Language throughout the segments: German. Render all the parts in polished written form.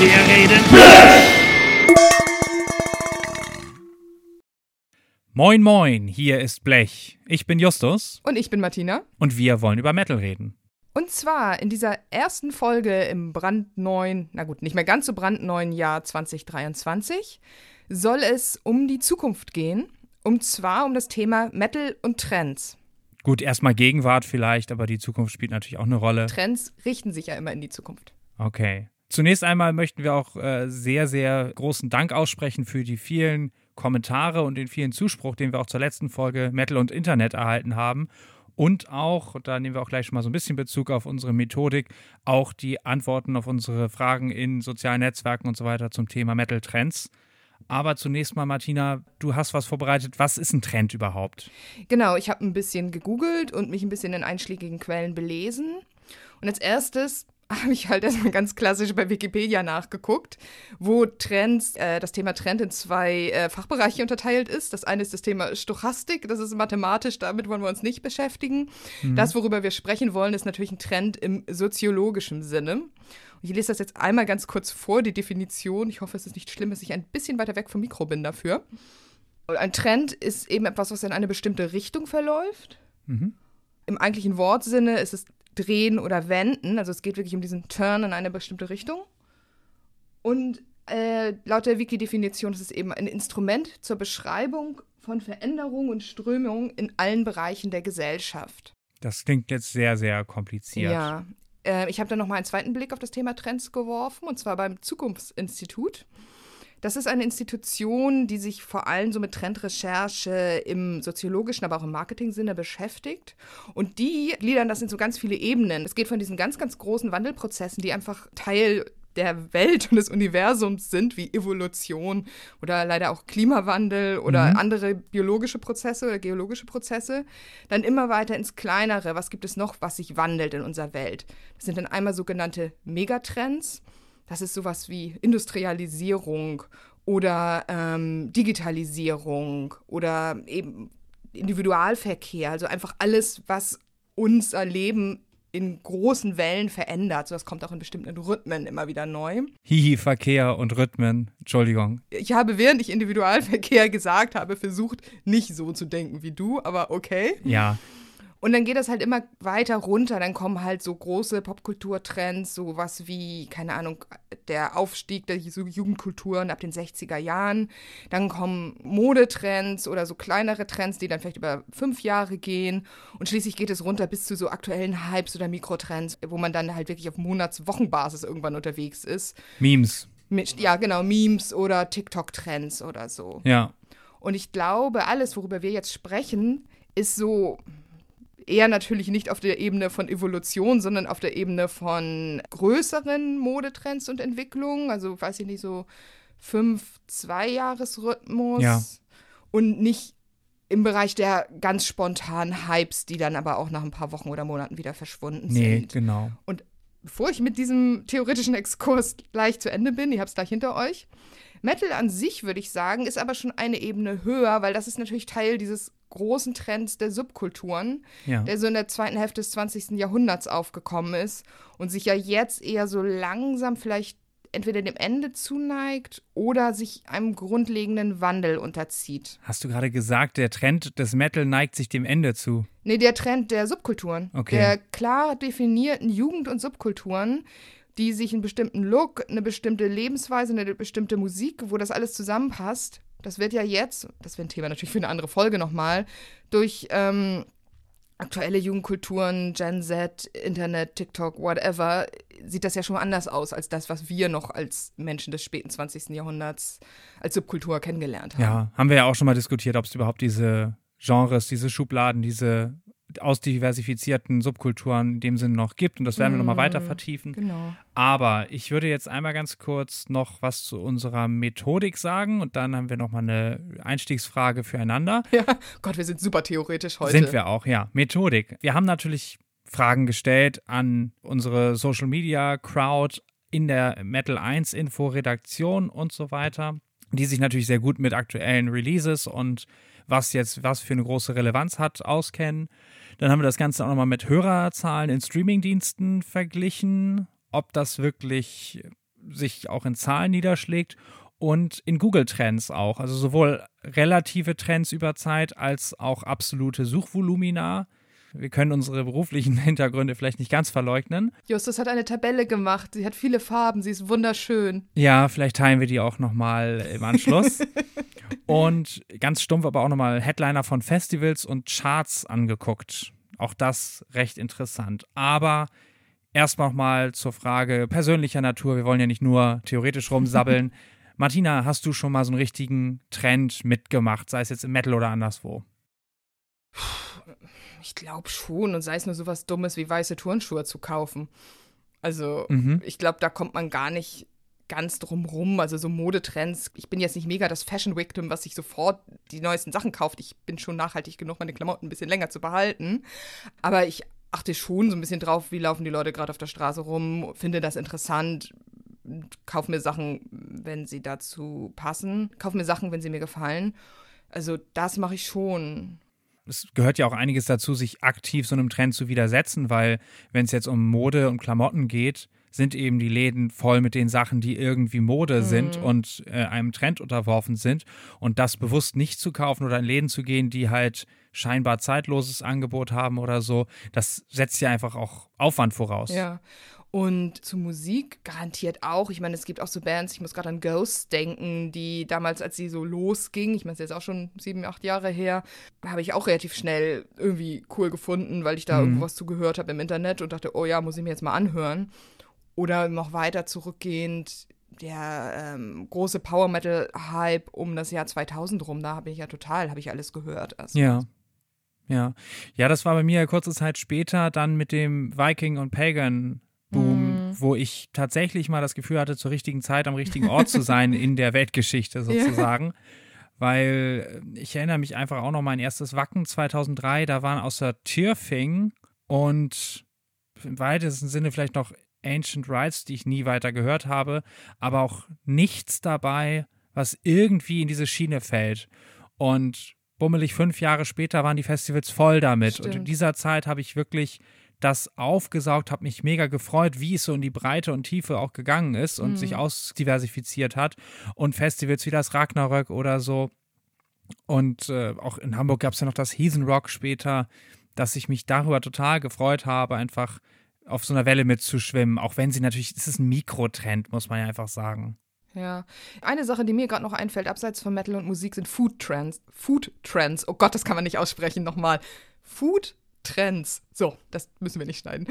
Wir reden. Moin moin, hier ist Blech. Ich bin Justus. Und ich bin Martina. Und wir wollen über Metal reden. Und zwar in dieser ersten Folge im brandneuen, na gut, nicht mehr ganz so brandneuen Jahr 2023, soll es um die Zukunft gehen. Und zwar um das Thema Metal und Trends. Gut, erstmal Gegenwart vielleicht, aber die Zukunft spielt natürlich auch eine Rolle. Trends richten sich ja immer in die Zukunft. Okay. Zunächst einmal möchten wir auch sehr, sehr großen Dank aussprechen für die vielen Kommentare und den vielen Zuspruch, den wir auch zur letzten Folge Metal und Internet erhalten haben. Und auch, da nehmen wir auch gleich schon mal so ein bisschen Bezug auf unsere Methodik, auch die Antworten auf unsere Fragen in sozialen Netzwerken und so weiter zum Thema Metal-Trends. Aber zunächst mal, Martina, du hast was vorbereitet. Was ist ein Trend überhaupt? Genau, ich habe ein bisschen gegoogelt und mich ein bisschen in einschlägigen Quellen belesen. Und als erstes habe ich halt erstmal ganz klassisch bei Wikipedia nachgeguckt, wo Trends, das Thema Trend in zwei Fachbereiche unterteilt ist. Das eine ist das Thema Stochastik, das ist mathematisch, damit wollen wir uns nicht beschäftigen. Das, worüber wir sprechen wollen, ist natürlich ein Trend im soziologischen Sinne. Und ich lese das jetzt einmal ganz kurz vor, die Definition. Ich hoffe, es ist nicht schlimm, dass ich ein bisschen weiter weg vom Mikro bin dafür. Ein Trend ist eben etwas, was in eine bestimmte Richtung verläuft. Im eigentlichen Wortsinne ist es drehen oder wenden, also es geht wirklich um diesen Turn in eine bestimmte Richtung. Und laut der Wiki-Definition ist es eben ein Instrument zur Beschreibung von Veränderungen und Strömungen in allen Bereichen der Gesellschaft. Das klingt jetzt sehr, sehr kompliziert. Ja, ich habe dann nochmal einen zweiten Blick auf das Thema Trends geworfen, und zwar beim Zukunftsinstitut. Das ist eine Institution, die sich vor allem so mit Trendrecherche im soziologischen, aber auch im Marketing-Sinne beschäftigt. Und die gliedern das in so ganz viele Ebenen. Es geht von diesen ganz, ganz großen Wandelprozessen, die einfach Teil der Welt und des Universums sind, wie Evolution oder leider auch Klimawandel oder andere biologische Prozesse oder geologische Prozesse, dann immer weiter ins Kleinere. Was gibt es noch, was sich wandelt in unserer Welt? Das sind dann einmal sogenannte Megatrends. Das ist sowas wie Industrialisierung oder Digitalisierung oder eben Individualverkehr. Also einfach alles, was unser Leben in großen Wellen verändert. So, das kommt auch in bestimmten Rhythmen immer wieder neu. Verkehr und Rhythmen. Entschuldigung. Ich habe, während ich Individualverkehr gesagt habe, versucht, nicht so zu denken wie du, aber okay. Ja. Und dann geht das halt immer weiter runter. Dann kommen halt so große Popkulturtrends, sowas wie, keine Ahnung, der Aufstieg der Jugendkulturen ab den 60er Jahren. Dann kommen Modetrends oder so kleinere Trends, die dann vielleicht über 5 Jahre gehen. Und schließlich geht es runter bis zu so aktuellen Hypes oder Mikrotrends, wo man dann halt wirklich auf Monats-Wochenbasis irgendwann unterwegs ist. Memes. Ja, genau, Memes oder TikTok-Trends oder so. Ja. Und ich glaube, alles, worüber wir jetzt sprechen, ist so eher natürlich nicht auf der Ebene von Evolution, sondern auf der Ebene von größeren Modetrends und Entwicklungen. Also, weiß ich nicht, so 5-2-Jahres-Rhythmus. Ja. Und nicht im Bereich der ganz spontanen Hypes, die dann aber auch nach ein paar Wochen oder Monaten wieder verschwunden sind. Nee, genau. Und bevor ich mit diesem theoretischen Exkurs gleich zu Ende bin, ihr habt es gleich hinter euch, Metal an sich, würde ich sagen, ist aber schon eine Ebene höher, weil das ist natürlich Teil dieses großen Trends der Subkulturen, der so in der zweiten Hälfte des 20. Jahrhunderts aufgekommen ist und sich ja jetzt eher so langsam vielleicht entweder dem Ende zuneigt oder sich einem grundlegenden Wandel unterzieht. Hast du gerade gesagt, der Trend des Metal neigt sich dem Ende zu? Nee, der Trend der Subkulturen. Okay. Der klar definierten Jugend- und Subkulturen, die sich einen bestimmten Look, eine bestimmte Lebensweise, eine bestimmte Musik, wo das alles zusammenpasst, das wird ja jetzt, das wäre ein Thema natürlich für eine andere Folge nochmal, durch aktuelle Jugendkulturen, Gen Z, Internet, TikTok, whatever, sieht das ja schon anders aus als das, was wir noch als Menschen des späten 20. Jahrhunderts als Subkultur kennengelernt haben. Ja, haben wir ja auch schon mal diskutiert, ob es überhaupt diese Genres, diese Schubladen, diese ausdiversifizierten Subkulturen in dem Sinne noch gibt. Und das werden wir nochmal weiter vertiefen. Genau. Aber ich würde jetzt einmal ganz kurz noch was zu unserer Methodik sagen und dann haben wir nochmal eine Einstiegsfrage füreinander. Ja, Gott, wir sind super theoretisch heute. Sind wir auch, ja. Methodik. Wir haben natürlich Fragen gestellt an unsere Social-Media-Crowd in der Metal 1 Info-Redaktion und so weiter, die sich natürlich sehr gut mit aktuellen Releases und was für eine große Relevanz hat, auskennen. Dann haben wir das Ganze auch nochmal mit Hörerzahlen in Streamingdiensten verglichen, ob das wirklich sich auch in Zahlen niederschlägt und in Google-Trends auch. Also sowohl relative Trends über Zeit als auch absolute Suchvolumina. Wir können unsere beruflichen Hintergründe vielleicht nicht ganz verleugnen. Justus hat eine Tabelle gemacht. Sie hat viele Farben. Sie ist wunderschön. Ja, vielleicht teilen wir die auch nochmal im Anschluss. Und ganz stumpf aber auch nochmal Headliner von Festivals und Charts angeguckt. Auch das recht interessant. Aber erstmal nochmal zur Frage persönlicher Natur. Wir wollen ja nicht nur theoretisch rumsabbeln. Martina, hast du schon mal so einen richtigen Trend mitgemacht, sei es jetzt im Metal oder anderswo? Ich glaube schon, und sei es nur sowas Dummes wie weiße Turnschuhe zu kaufen. Also ich glaube, da kommt man gar nicht ganz drum rum. Also so Modetrends. Ich bin jetzt nicht mega das Fashion-Victim, was sich sofort die neuesten Sachen kauft. Ich bin schon nachhaltig genug, meine Klamotten ein bisschen länger zu behalten. Aber ich achte schon so ein bisschen drauf, wie laufen die Leute gerade auf der Straße rum, finde das interessant, kaufe mir Sachen, wenn sie dazu passen, kaufe mir Sachen, wenn sie mir gefallen. Also das mache ich schon. Es gehört ja auch einiges dazu, sich aktiv so einem Trend zu widersetzen, weil wenn es jetzt um Mode und Klamotten geht, sind eben die Läden voll mit den Sachen, die irgendwie Mode sind und einem Trend unterworfen sind. Und das bewusst nicht zu kaufen oder in Läden zu gehen, die halt scheinbar zeitloses Angebot haben oder so, das setzt ja einfach auch Aufwand voraus. Ja. Und zu Musik garantiert auch. Ich meine, es gibt auch so Bands, ich muss gerade an Ghost denken, die damals, als sie so losging, ich meine, es ist jetzt auch schon 7, 8 Jahre her, habe ich auch relativ schnell irgendwie cool gefunden, weil ich da irgendwo was zugehört habe im Internet und dachte, oh ja, muss ich mir jetzt mal anhören. Oder noch weiter zurückgehend, der große Power-Metal-Hype um das Jahr 2000 rum, da habe ich alles gehört. Also. Ja. Ja, das war bei mir kurze Zeit später dann mit dem Viking und Pagan Boom, wo ich tatsächlich mal das Gefühl hatte, zur richtigen Zeit am richtigen Ort zu sein in der Weltgeschichte sozusagen. Weil ich erinnere mich einfach auch noch mein erstes Wacken 2003, da waren außer Tyrfing und im weitesten Sinne vielleicht noch Ancient Rites, die ich nie weiter gehört habe, aber auch nichts dabei, was irgendwie in diese Schiene fällt. Und bummelig 5 Jahre später waren die Festivals voll damit. Stimmt. Und in dieser Zeit habe ich wirklich das aufgesaugt, habe mich mega gefreut, wie es so in die Breite und Tiefe auch gegangen ist und sich ausdiversifiziert hat. Und Festivals wie das Ragnarök oder so. Und auch in Hamburg gab es ja noch das Heathen Rock später, dass ich mich darüber total gefreut habe, einfach auf so einer Welle mitzuschwimmen. Auch wenn sie natürlich, es ist ein Mikrotrend, muss man ja einfach sagen. Ja. Eine Sache, die mir gerade noch einfällt, abseits von Metal und Musik, sind Food Trends. Food Trends. Oh Gott, das kann man nicht aussprechen nochmal. Food Trends. So, das müssen wir nicht schneiden.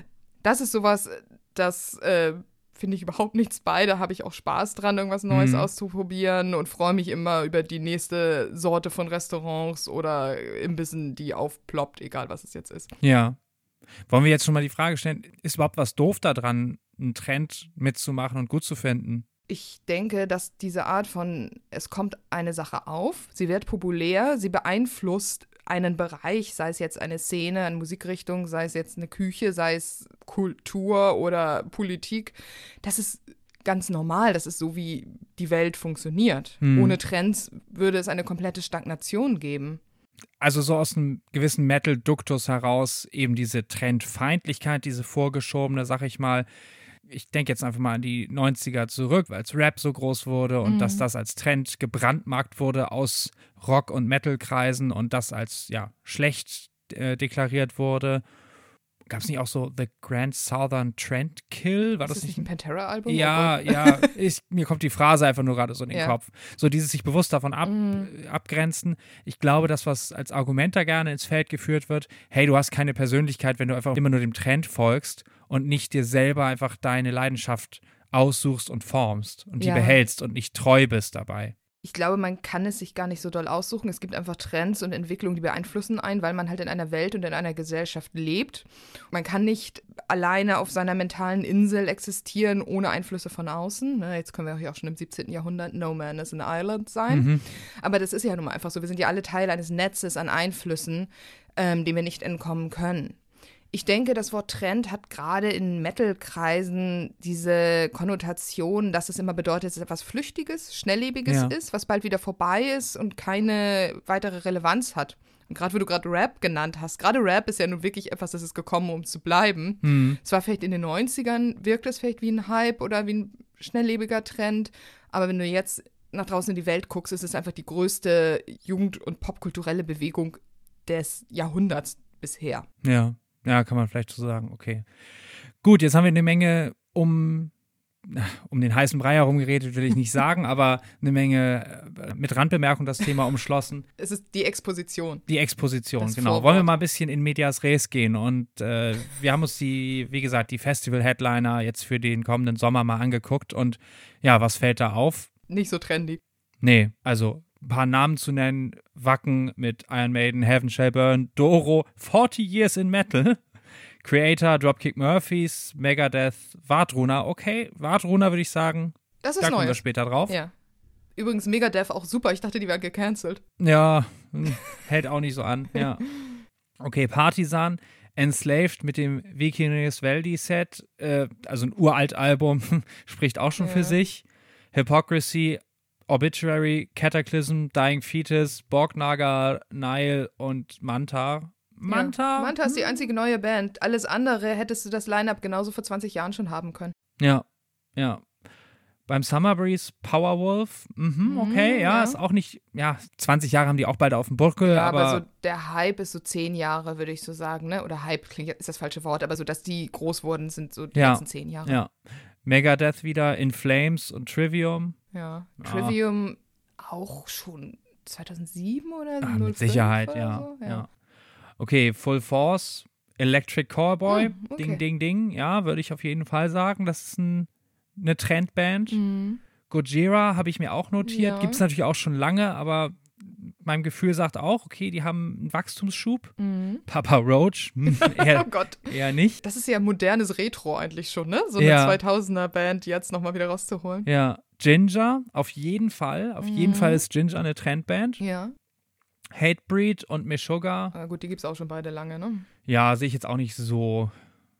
Das ist sowas, das finde ich überhaupt nichts bei. Da habe ich auch Spaß dran, irgendwas Neues auszuprobieren und freue mich immer über die nächste Sorte von Restaurants oder Imbissen, die aufploppt, egal was es jetzt ist. Ja. Wollen wir jetzt schon mal die Frage stellen, ist überhaupt was doof daran, einen Trend mitzumachen und gut zu finden? Ich denke, dass diese Art von, es kommt eine Sache auf, sie wird populär, sie beeinflusst einen Bereich, sei es jetzt eine Szene, eine Musikrichtung, sei es jetzt eine Küche, sei es Kultur oder Politik. Das ist ganz normal, das ist so, wie die Welt funktioniert. Ohne Trends würde es eine komplette Stagnation geben. Also so aus einem gewissen Metal-Duktus heraus eben diese Trendfeindlichkeit, diese vorgeschobene, sag ich mal, ich denke jetzt einfach mal an die 90er zurück, als Rap so groß wurde und dass das als Trend gebrandmarkt wurde aus Rock- und Metal-Kreisen und das als schlecht deklariert wurde. Gab es nicht auch so The Grand Southern Trend Kill? War das nicht ein Pantera-Album? Ja, mir kommt die Phrase einfach nur gerade so in den Kopf. So dieses sich bewusst davon abgrenzen. Ich glaube, das, was als Argument da gerne ins Feld geführt wird, hey, du hast keine Persönlichkeit, wenn du einfach immer nur dem Trend folgst und nicht dir selber einfach deine Leidenschaft aussuchst und formst und die behältst und nicht treu bist dabei. Ich glaube, man kann es sich gar nicht so doll aussuchen. Es gibt einfach Trends und Entwicklungen, die beeinflussen einen, weil man halt in einer Welt und in einer Gesellschaft lebt. Man kann nicht alleine auf seiner mentalen Insel existieren, ohne Einflüsse von außen. Jetzt können wir auch schon im 17. Jahrhundert No Man is an Island sein. Aber das ist ja nun mal einfach so. Wir sind ja alle Teil eines Netzes an Einflüssen, dem wir nicht entkommen können. Ich denke, das Wort Trend hat gerade in Metal-Kreisen diese Konnotation, dass es immer bedeutet, dass es etwas Flüchtiges, Schnelllebiges ist, was bald wieder vorbei ist und keine weitere Relevanz hat. Und gerade, wo du gerade Rap genannt hast, gerade Rap ist ja nun wirklich etwas, das ist gekommen, um zu bleiben. Es war vielleicht in den 90ern, wirkt es vielleicht wie ein Hype oder wie ein schnelllebiger Trend. Aber wenn du jetzt nach draußen in die Welt guckst, ist es einfach die größte Jugend- und popkulturelle Bewegung des Jahrhunderts bisher. Ja, kann man vielleicht so sagen. Okay. Gut, jetzt haben wir eine Menge um den heißen Brei herum geredet, will ich nicht sagen, aber eine Menge mit Randbemerkung das Thema umschlossen. Es ist die Exposition. Die Exposition, Das genau. Vorwort. Wollen wir mal ein bisschen in medias res gehen und wir haben uns die Festival-Headliner jetzt für den kommenden Sommer mal angeguckt und ja, was fällt da auf? Nicht so trendy. Nee, also ein paar Namen zu nennen, Wacken mit Iron Maiden, Heaven Shall Burn, Doro, 40 Years in Metal, Creator, Dropkick Murphys, Megadeth, Wardruna. Okay, Wardruna würde ich sagen, Das ist da kommen wir Neues. später drauf. Ja. Übrigens Megadeth auch super. Ich dachte, die wären gecancelt. Ja, hält auch nicht so an, ja. Okay, Partisan, Enslaved mit dem Vikinges Veldi-Set, also ein Uralt-Album, spricht auch schon für sich. Hypocrisy, Obituary, Cataclysm, Dying Fetus, Borgnaga, Nile und Manta. Ja. Manta ist die einzige neue Band. Alles andere hättest du das Line-Up genauso vor 20 Jahren schon haben können. Ja. Beim Summer Breeze, Powerwolf, okay, ja, ist auch nicht, 20 Jahre haben die auch beide auf dem Buckel, Ja, aber so der Hype ist so 10 Jahre, würde ich so sagen, ne? Oder Hype ist das falsche Wort, aber so, dass die groß wurden, sind so die letzten 10 Jahre. Ja. Megadeth wieder, In Flames und Trivium. Ja. Trivium auch schon 2007 oder so? Mit Sicherheit, oder so? Ja. Okay, Full Force, Electric Callboy, okay. Ding, ja, würde ich auf jeden Fall sagen. Das ist eine Trendband. Gojira habe ich mir auch notiert. Ja. Gibt es natürlich auch schon lange, aber mein Gefühl sagt auch, okay, die haben einen Wachstumsschub. Papa Roach, Oh Gott. eher nicht. Das ist ja modernes Retro eigentlich schon, ne? So Ja. eine 2000er-Band jetzt nochmal wieder rauszuholen. Ja, Ginger, auf jeden Fall. Auf jeden Fall ist Ginger eine Trendband. Ja. Hatebreed und Meshuggah, Aber gut, die gibt's auch schon beide lange, ne? ja, sehe ich jetzt auch nicht so.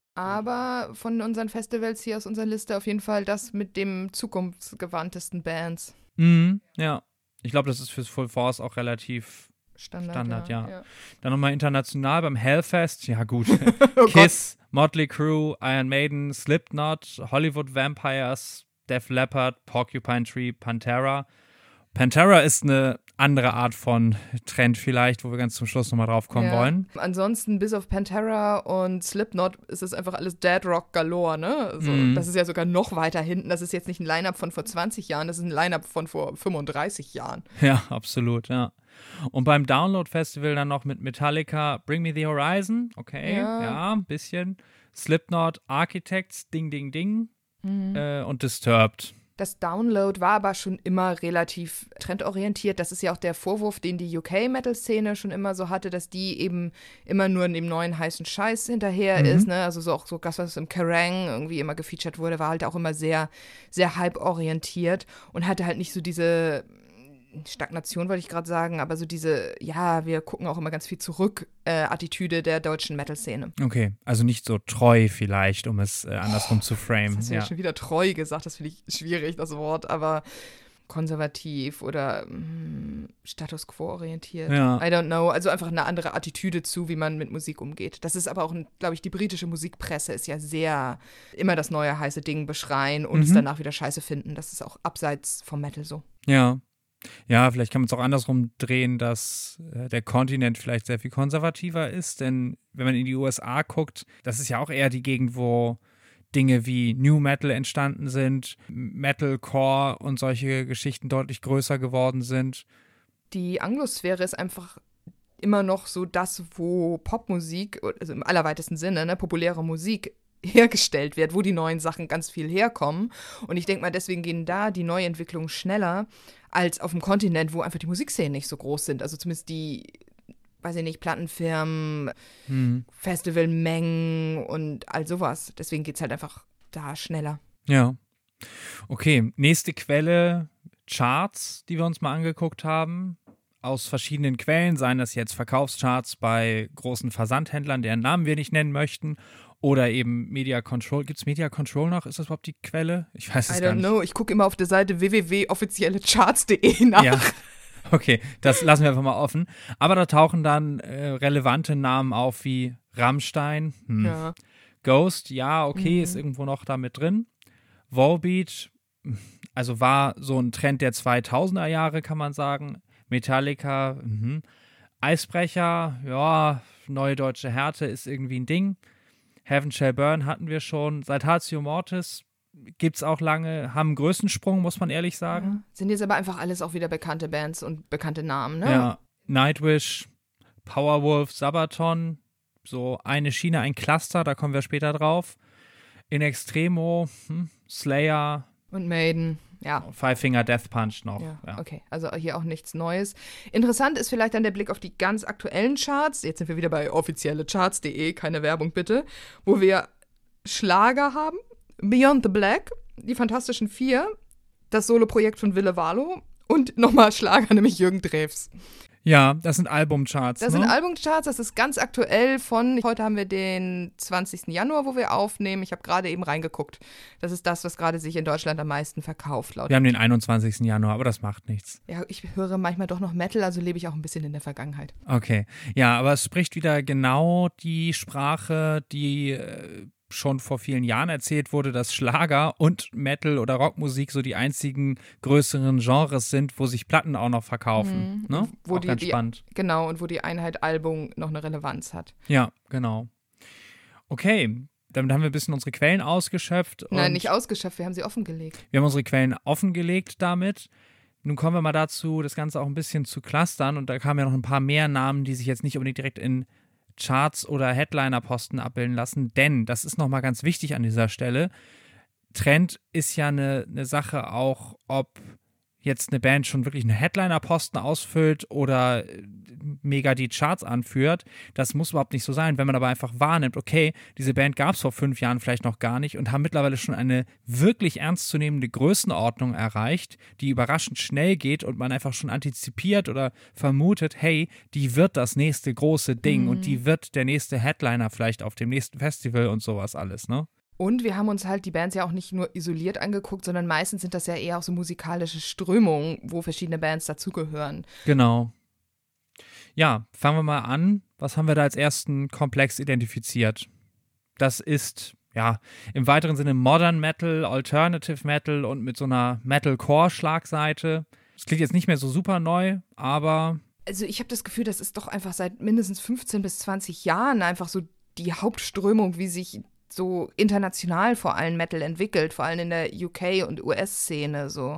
Aber von unseren Festivals hier aus unserer Liste auf jeden Fall das mit dem zukunftsgewandtesten Bands. Ja, ich glaube, das ist fürs Full Force auch relativ Standard, ja. Dann nochmal international beim Hellfest, ja gut. Oh Kiss, Motley Crue, Iron Maiden, Slipknot, Hollywood Vampires, Def Leppard, Porcupine Tree, Pantera. Pantera ist eine andere Art von Trend vielleicht, wo wir ganz zum Schluss nochmal drauf kommen wollen. Ansonsten, bis auf Pantera und Slipknot, ist es einfach alles Dead Rock galore, ne? Also, das ist ja sogar noch weiter hinten. Das ist jetzt nicht ein Line-Up von vor 20 Jahren, das ist ein Line-Up von vor 35 Jahren. Ja, absolut, ja. Und beim Download-Festival dann noch mit Metallica, Bring Me the Horizon, okay, ja, ein bisschen. Slipknot, Architects, Ding. Und Disturbed. Das Download war aber schon immer relativ trendorientiert. Das ist ja auch der Vorwurf, den die UK-Metal-Szene schon immer so hatte, dass die eben immer nur in dem neuen heißen Scheiß hinterher ist. Ne? Also so auch so das, was im Kerrang irgendwie immer gefeatured wurde, war halt auch immer sehr, sehr hype-orientiert und hatte halt nicht so diese Stagnation, wollte ich gerade sagen, aber so diese, ja, wir gucken auch immer ganz viel zurück, Attitüde der deutschen Metal-Szene. Okay, also nicht so treu vielleicht, um es andersrum zu framen. Das hast du ja schon wieder treu gesagt, das finde ich schwierig, das Wort, aber konservativ oder Status quo orientiert. Ja. I don't know, also einfach eine andere Attitüde zu, wie man mit Musik umgeht. Das ist aber auch, glaube ich, die britische Musikpresse ist ja sehr immer das neue heiße Ding beschreien und es danach wieder scheiße finden. Das ist auch abseits vom Metal so. Ja, vielleicht kann man es auch andersrum drehen, dass der Kontinent vielleicht sehr viel konservativer ist, denn wenn man in die USA guckt, das ist ja auch eher die Gegend, wo Dinge wie New Metal entstanden sind, Metalcore und solche Geschichten deutlich größer geworden sind. Die Anglosphäre ist einfach immer noch so das, wo Popmusik, also im allerweitesten Sinne, ne, populäre Musik hergestellt wird, wo die neuen Sachen ganz viel herkommen. Und ich denke mal, deswegen gehen da die Neuentwicklungen schneller als auf dem Kontinent, wo einfach die Musikszenen nicht so groß sind. Also zumindest die, weiß ich nicht, Plattenfirmen, Festivalmengen und all sowas. Deswegen geht es halt einfach da schneller. Ja. Okay, nächste Quelle, Charts, die wir uns mal angeguckt haben. Aus verschiedenen Quellen, seien das jetzt Verkaufscharts bei großen Versandhändlern, deren Namen wir nicht nennen möchten, oder eben Media Control. Gibt es Media Control noch? Ist das überhaupt die Quelle? Ich weiß es gar nicht. I don't know. Ich gucke immer auf der Seite www.offiziellecharts.de nach. Ja, okay, das lassen wir einfach mal offen. Aber da tauchen dann relevante Namen auf wie Rammstein, Ja. Ghost, ja, okay, ist irgendwo noch da mit drin. Volbeat, also war so ein Trend der 2000er Jahre, kann man sagen. Metallica, Eisbrecher, ja, Neue Deutsche Härte ist irgendwie ein Ding. Heaven Shall Burn hatten wir schon. Saltatio Mortis gibt es auch lange, haben einen Größensprung, muss man ehrlich sagen. Ja. Sind jetzt aber einfach alles auch wieder bekannte Bands und bekannte Namen, ne? Ja, Nightwish, Powerwolf, Sabaton, so eine Schiene, ein Cluster, da kommen wir später drauf. In Extremo, Slayer. Und Maiden, ja. Five Finger Death Punch noch. Ja, okay, also hier auch nichts Neues. Interessant ist vielleicht dann der Blick auf die ganz aktuellen Charts. Jetzt sind wir wieder bei offiziellecharts.de, keine Werbung bitte, wo wir Schlager haben. Beyond the Black, die Fantastischen Vier, das Soloprojekt von Wille Walo und nochmal Schlager, nämlich Jürgen Drews. Ja, das sind Albumcharts. Das sind Albumcharts, das ist ganz aktuell heute haben wir den 20. Januar, wo wir aufnehmen. Ich habe gerade eben reingeguckt. Das ist das, was gerade sich in Deutschland am meisten verkauft. Wir haben den 21. Januar, aber das macht nichts. Ja, ich höre manchmal doch noch Metal, also lebe ich auch ein bisschen in der Vergangenheit. Okay, ja, aber es spricht wieder genau die Sprache, die schon vor vielen Jahren erzählt wurde, dass Schlager und Metal oder Rockmusik so die einzigen größeren Genres sind, wo sich Platten auch noch verkaufen. Ne? Wo auch ganz spannend. Genau, und wo die Einheit Album noch eine Relevanz hat. Ja, genau. Okay, damit haben wir ein bisschen unsere Quellen ausgeschöpft. Nein, nicht ausgeschöpft, wir haben sie offengelegt. Wir haben unsere Quellen offengelegt damit. Nun kommen wir mal dazu, das Ganze auch ein bisschen zu clustern, und da kamen ja noch ein paar mehr Namen, die sich jetzt nicht unbedingt direkt in Charts oder Headliner-Posten abbilden lassen, denn, das ist nochmal ganz wichtig an dieser Stelle, Trend ist ja eine Sache auch, ob jetzt eine Band schon wirklich einen Headliner-Posten ausfüllt oder mega die Charts anführt. Das muss überhaupt nicht so sein. Wenn man aber einfach wahrnimmt, okay, diese Band gab es vor 5 Jahren vielleicht noch gar nicht und haben mittlerweile schon eine wirklich ernstzunehmende Größenordnung erreicht, die überraschend schnell geht und man einfach schon antizipiert oder vermutet, hey, die wird das nächste große Ding und die wird der nächste Headliner vielleicht auf dem nächsten Festival und sowas alles, ne? Und wir haben uns halt die Bands ja auch nicht nur isoliert angeguckt, sondern meistens sind das ja eher auch so musikalische Strömungen, wo verschiedene Bands dazugehören. Genau. Ja, fangen wir mal an. Was haben wir da als ersten Komplex identifiziert? Das ist, ja, im weiteren Sinne Modern Metal, Alternative Metal und mit so einer Metalcore-Schlagseite. Das klingt jetzt nicht mehr so super neu, aber... Also ich habe das Gefühl, das ist doch einfach seit mindestens 15 bis 20 Jahren einfach so die Hauptströmung, wie sich so international vor allem Metal entwickelt, vor allem in der UK- und US-Szene so.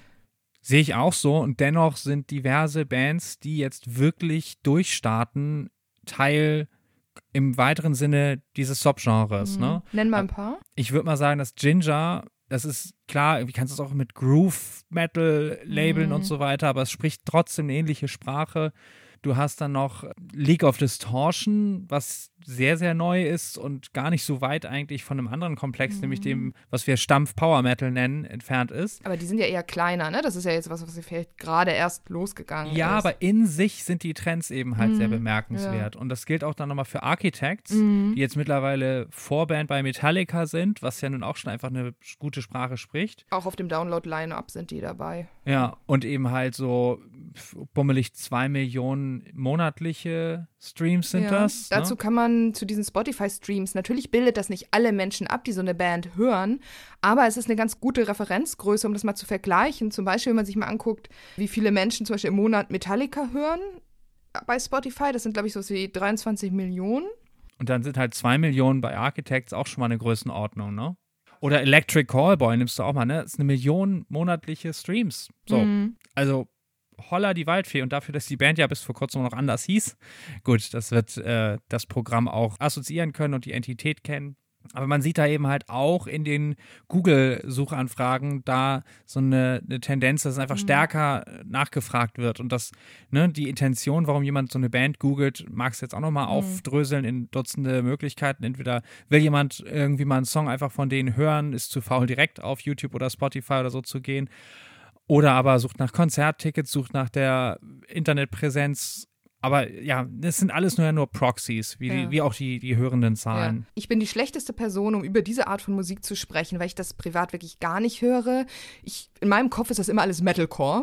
Sehe ich auch so, und dennoch sind diverse Bands, die jetzt wirklich durchstarten, Teil im weiteren Sinne dieses Subgenres. Ne? Nenn mal ein paar. Ich würde mal sagen, dass Ginger, das ist klar, wie kannst du es auch mit Groove Metal labeln und so weiter, aber es spricht trotzdem eine ähnliche Sprache. Du hast dann noch League of Distortion, was sehr, sehr neu ist und gar nicht so weit eigentlich von einem anderen Komplex, nämlich dem, was wir Stampf Power Metal nennen, entfernt ist. Aber die sind ja eher kleiner, ne? Das ist ja jetzt was vielleicht gerade erst losgegangen ist. Ja, aber in sich sind die Trends eben halt sehr bemerkenswert. Ja. Und das gilt auch dann nochmal für Architects, die jetzt mittlerweile Vorband bei Metallica sind, was ja nun auch schon einfach eine gute Sprache spricht. Auch auf dem Download-Line-Up sind die dabei. Ja, und eben halt so bummelig 2 Millionen monatliche Streams sind das. Dazu ne? kann man zu diesen Spotify-Streams, natürlich bildet das nicht alle Menschen ab, die so eine Band hören, aber es ist eine ganz gute Referenzgröße, um das mal zu vergleichen. Zum Beispiel, wenn man sich mal anguckt, wie viele Menschen zum Beispiel im Monat Metallica hören bei Spotify, das sind, glaube ich, so wie 23 Millionen. Und dann sind halt 2 Millionen bei Architects auch schon mal eine Größenordnung, ne? Oder Electric Callboy nimmst du auch mal, ne? Das ist 1 Million monatliche Streams. So, also holla die Waldfee, und dafür, dass die Band ja bis vor kurzem noch anders hieß. Gut, das wird das Programm auch assoziieren können und die Entität kennen. Aber man sieht da eben halt auch in den Google-Suchanfragen da so eine Tendenz, dass es einfach stärker nachgefragt wird. Und das, ne, die Intention, warum jemand so eine Band googelt, mag es jetzt auch nochmal aufdröseln in Dutzende Möglichkeiten. Entweder will jemand irgendwie mal einen Song einfach von denen hören, ist zu faul, direkt auf YouTube oder Spotify oder so zu gehen. Oder aber sucht nach Konzerttickets, sucht nach der Internetpräsenz. Aber ja, das sind alles nur Proxys, wie auch die hörenden Zahlen. Ja. Ich bin die schlechteste Person, um über diese Art von Musik zu sprechen, weil ich das privat wirklich gar nicht höre. In meinem Kopf ist das immer alles Metalcore.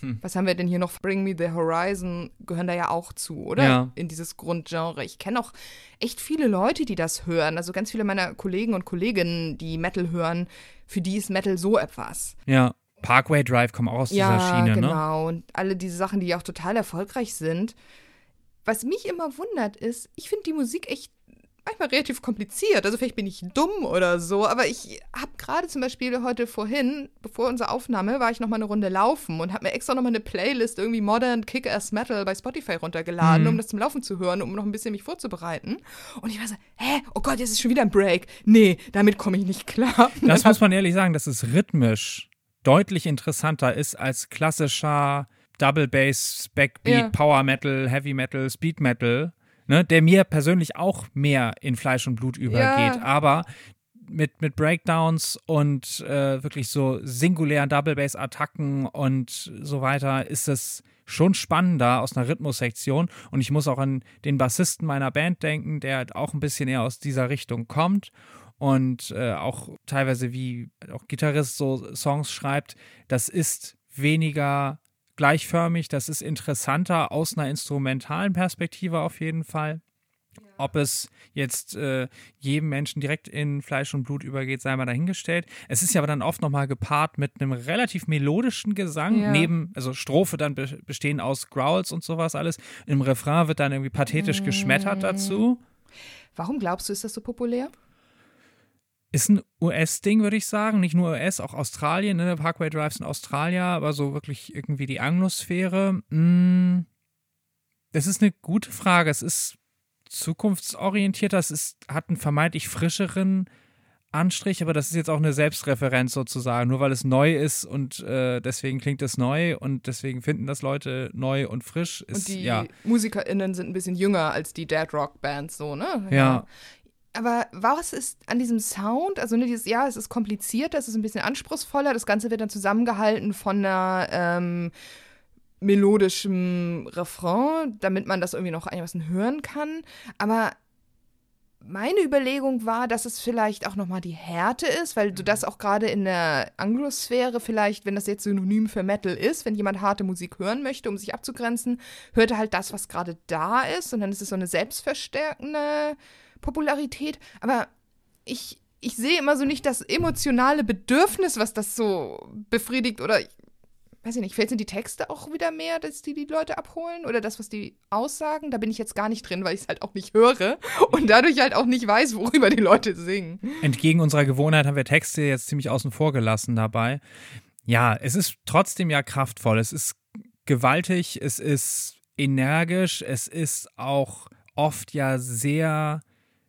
Was haben wir denn hier noch? Bring Me the Horizon gehören da ja auch zu, oder? Ja. In dieses Grundgenre. Ich kenne auch echt viele Leute, die das hören. Also ganz viele meiner Kollegen und Kolleginnen, die Metal hören, für die ist Metal so etwas. Ja. Parkway Drive kommt auch aus dieser Schiene, ne? Ja, genau. Und alle diese Sachen, die auch total erfolgreich sind. Was mich immer wundert ist, ich finde die Musik echt manchmal relativ kompliziert. Also vielleicht bin ich dumm oder so, aber ich habe gerade zum Beispiel heute vorhin, bevor unsere Aufnahme, war ich noch mal eine Runde laufen und habe mir extra noch mal eine Playlist irgendwie Modern Kick-Ass Metal bei Spotify runtergeladen, um das zum Laufen zu hören, um noch ein bisschen mich vorzubereiten. Und ich war so, oh Gott, jetzt ist schon wieder ein Break. Nee, damit komme ich nicht klar. Das muss man ehrlich sagen, dass es rhythmisch deutlich interessanter ist als klassischer Double Bass, Backbeat, Power Metal, Heavy Metal, Speed Metal, ne, der mir persönlich auch mehr in Fleisch und Blut übergeht. Ja. Aber mit Breakdowns und wirklich so singulären Double Bass Attacken und so weiter ist es schon spannender aus einer Rhythmussektion. Und ich muss auch an den Bassisten meiner Band denken, der halt auch ein bisschen eher aus dieser Richtung kommt. Und auch teilweise wie auch Gitarrist so Songs schreibt, das ist weniger gleichförmig, das ist interessanter aus einer instrumentalen Perspektive auf jeden Fall. Ja. Ob es jetzt jedem Menschen direkt in Fleisch und Blut übergeht, sei mal dahingestellt. Es ist ja aber dann oft nochmal gepaart mit einem relativ melodischen Gesang, also Strophe dann bestehen aus Growls und sowas alles. Im Refrain wird dann irgendwie pathetisch geschmettert dazu. Warum glaubst du, ist das so populär? Ist ein US-Ding, würde ich sagen. Nicht nur US, auch Australien. Ne? Parkway Drive in Australien, aber so wirklich irgendwie die Anglosphäre. Das ist eine gute Frage. Es ist zukunftsorientierter. Hat einen vermeintlich frischeren Anstrich, aber das ist jetzt auch eine Selbstreferenz sozusagen. Nur weil es neu ist und deswegen klingt es neu und deswegen finden das Leute neu und frisch. Und die MusikerInnen sind ein bisschen jünger als die Dead Rock Bands, so, ne? Ja. Aber was ist an diesem Sound, also ne, es ist komplizierter, es ist ein bisschen anspruchsvoller, das Ganze wird dann zusammengehalten von einer melodischen Refrain, damit man das irgendwie noch einigermaßen hören kann, aber meine Überlegung war, dass es vielleicht auch nochmal die Härte ist, weil du das auch gerade in der Anglosphäre vielleicht, wenn das jetzt Synonym für Metal ist, wenn jemand harte Musik hören möchte, um sich abzugrenzen, hört er halt das, was gerade da ist und dann ist es so eine selbstverstärkende Popularität, aber ich sehe immer so nicht das emotionale Bedürfnis, was das so befriedigt oder, weiß ich nicht, vielleicht sind die Texte auch wieder mehr, dass die Leute abholen oder das, was die aussagen, da bin ich jetzt gar nicht drin, weil ich es halt auch nicht höre und dadurch halt auch nicht weiß, worüber die Leute singen. Entgegen unserer Gewohnheit haben wir Texte jetzt ziemlich außen vor gelassen dabei. Ja, es ist trotzdem ja kraftvoll, es ist gewaltig, es ist energisch, es ist auch oft ja sehr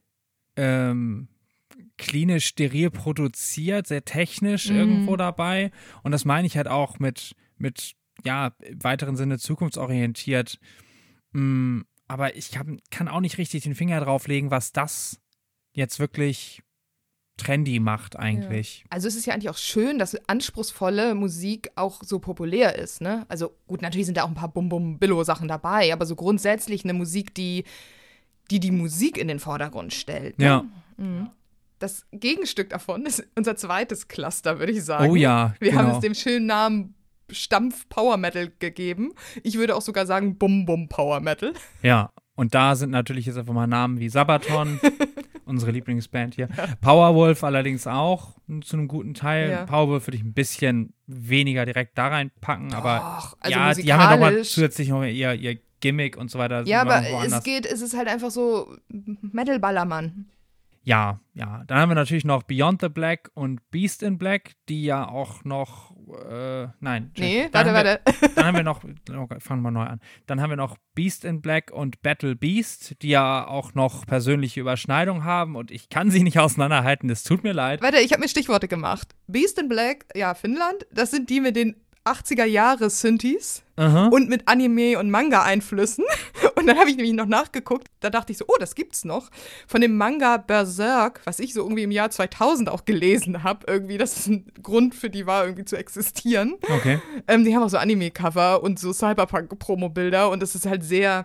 klinisch steril produziert, sehr technisch irgendwo dabei. Und das meine ich halt auch mit im weiteren Sinne zukunftsorientiert. Aber ich kann auch nicht richtig den Finger drauf legen, was das jetzt wirklich trendy macht eigentlich. Ja. Also es ist ja eigentlich auch schön, dass anspruchsvolle Musik auch so populär ist, ne? Also gut, natürlich sind da auch ein paar Bum-Bum-Billo-Sachen dabei, aber so grundsätzlich eine Musik, die Musik in den Vordergrund stellt. Ne? Ja. Das Gegenstück davon ist unser zweites Cluster, würde ich sagen. Oh ja, Wir haben es dem schönen Namen Stampf-Power-Metal gegeben. Ich würde auch sogar sagen Bum-Bum-Power-Metal. Ja, und da sind natürlich jetzt einfach mal Namen wie Sabaton, unsere Lieblingsband hier. Powerwolf allerdings auch zu einem guten Teil. Ja. Powerwolf würde ich ein bisschen weniger direkt da reinpacken, aber also ja, die haben ja nochmal zusätzlich noch ihr Gimmick und so weiter. Ja, aber es ist halt einfach so Metal-Ballermann. Ja. Dann haben wir natürlich noch Beyond the Black und Beast in Black, die ja auch noch, warte. Dann haben wir noch, fangen wir neu an. Dann haben wir noch Beast in Black und Battle Beast, die ja auch noch persönliche Überschneidungen haben und ich kann sie nicht auseinanderhalten, das tut mir leid. Warte, ich habe mir Stichworte gemacht. Beast in Black, ja, Finnland, das sind die mit den 80er-Jahre-Synthes und mit Anime- und Manga-Einflüssen. Und dann habe ich nämlich noch nachgeguckt, da dachte ich so, das gibt's noch. Von dem Manga Berserk, was ich so irgendwie im Jahr 2000 auch gelesen habe, irgendwie, dass es ein Grund für die war, irgendwie zu existieren. Okay. Die haben auch so Anime-Cover und so Cyberpunk-Promo-Bilder und das ist halt sehr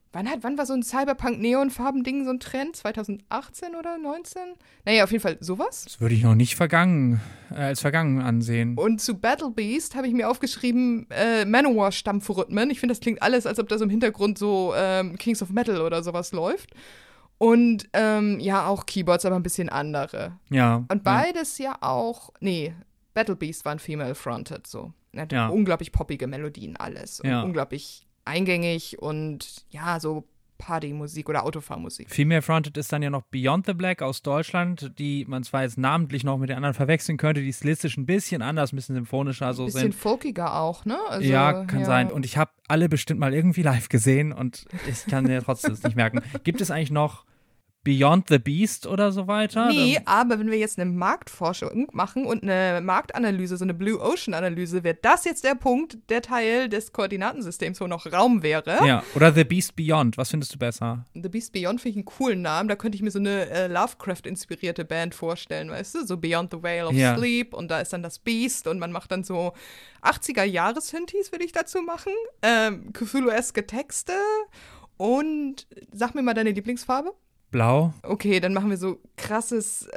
Wann war so ein Cyberpunk-Neonfarben-Ding so ein Trend? 2018 oder 19? Naja, auf jeden Fall sowas. Das würde ich noch nicht als vergangen ansehen. Und zu Battle Beast habe ich mir aufgeschrieben, Manowar-Stampfrhythmen. Ich finde, das klingt alles, als ob da so im Hintergrund so Kings of Metal oder sowas läuft. Und auch Keyboards, aber ein bisschen andere. Ja. Und beides auch, Battle Beast waren female-fronted so. Ja. Unglaublich poppige Melodien alles. Und unglaublich eingängig und so Partymusik oder Autofahrmusik. Female Fronted ist dann ja noch Beyond the Black aus Deutschland, die man zwar jetzt namentlich noch mit den anderen verwechseln könnte, die stilistisch ein bisschen anders, ein bisschen symphonischer so sind. Ein bisschen folkiger auch, ne? Also, kann sein. Und ich habe alle bestimmt mal irgendwie live gesehen und ich kann mir trotzdem das nicht merken. Gibt es eigentlich noch Beyond the Beast oder so weiter? Nee, aber wenn wir jetzt eine Marktforschung machen und eine Marktanalyse, so eine Blue Ocean Analyse, wäre das jetzt der Teil des Koordinatensystems, wo noch Raum wäre. Ja, oder The Beast Beyond, was findest du besser? The Beast Beyond finde ich einen coolen Namen, da könnte ich mir so eine Lovecraft-inspirierte Band vorstellen, weißt du, so Beyond the Veil of Sleep und da ist dann das Beast und man macht dann so 80er-Jahres-Synthes, würde ich dazu machen, Cthulhu-eske Texte und sag mir mal deine Lieblingsfarbe. Blau. Okay, dann machen wir so krasses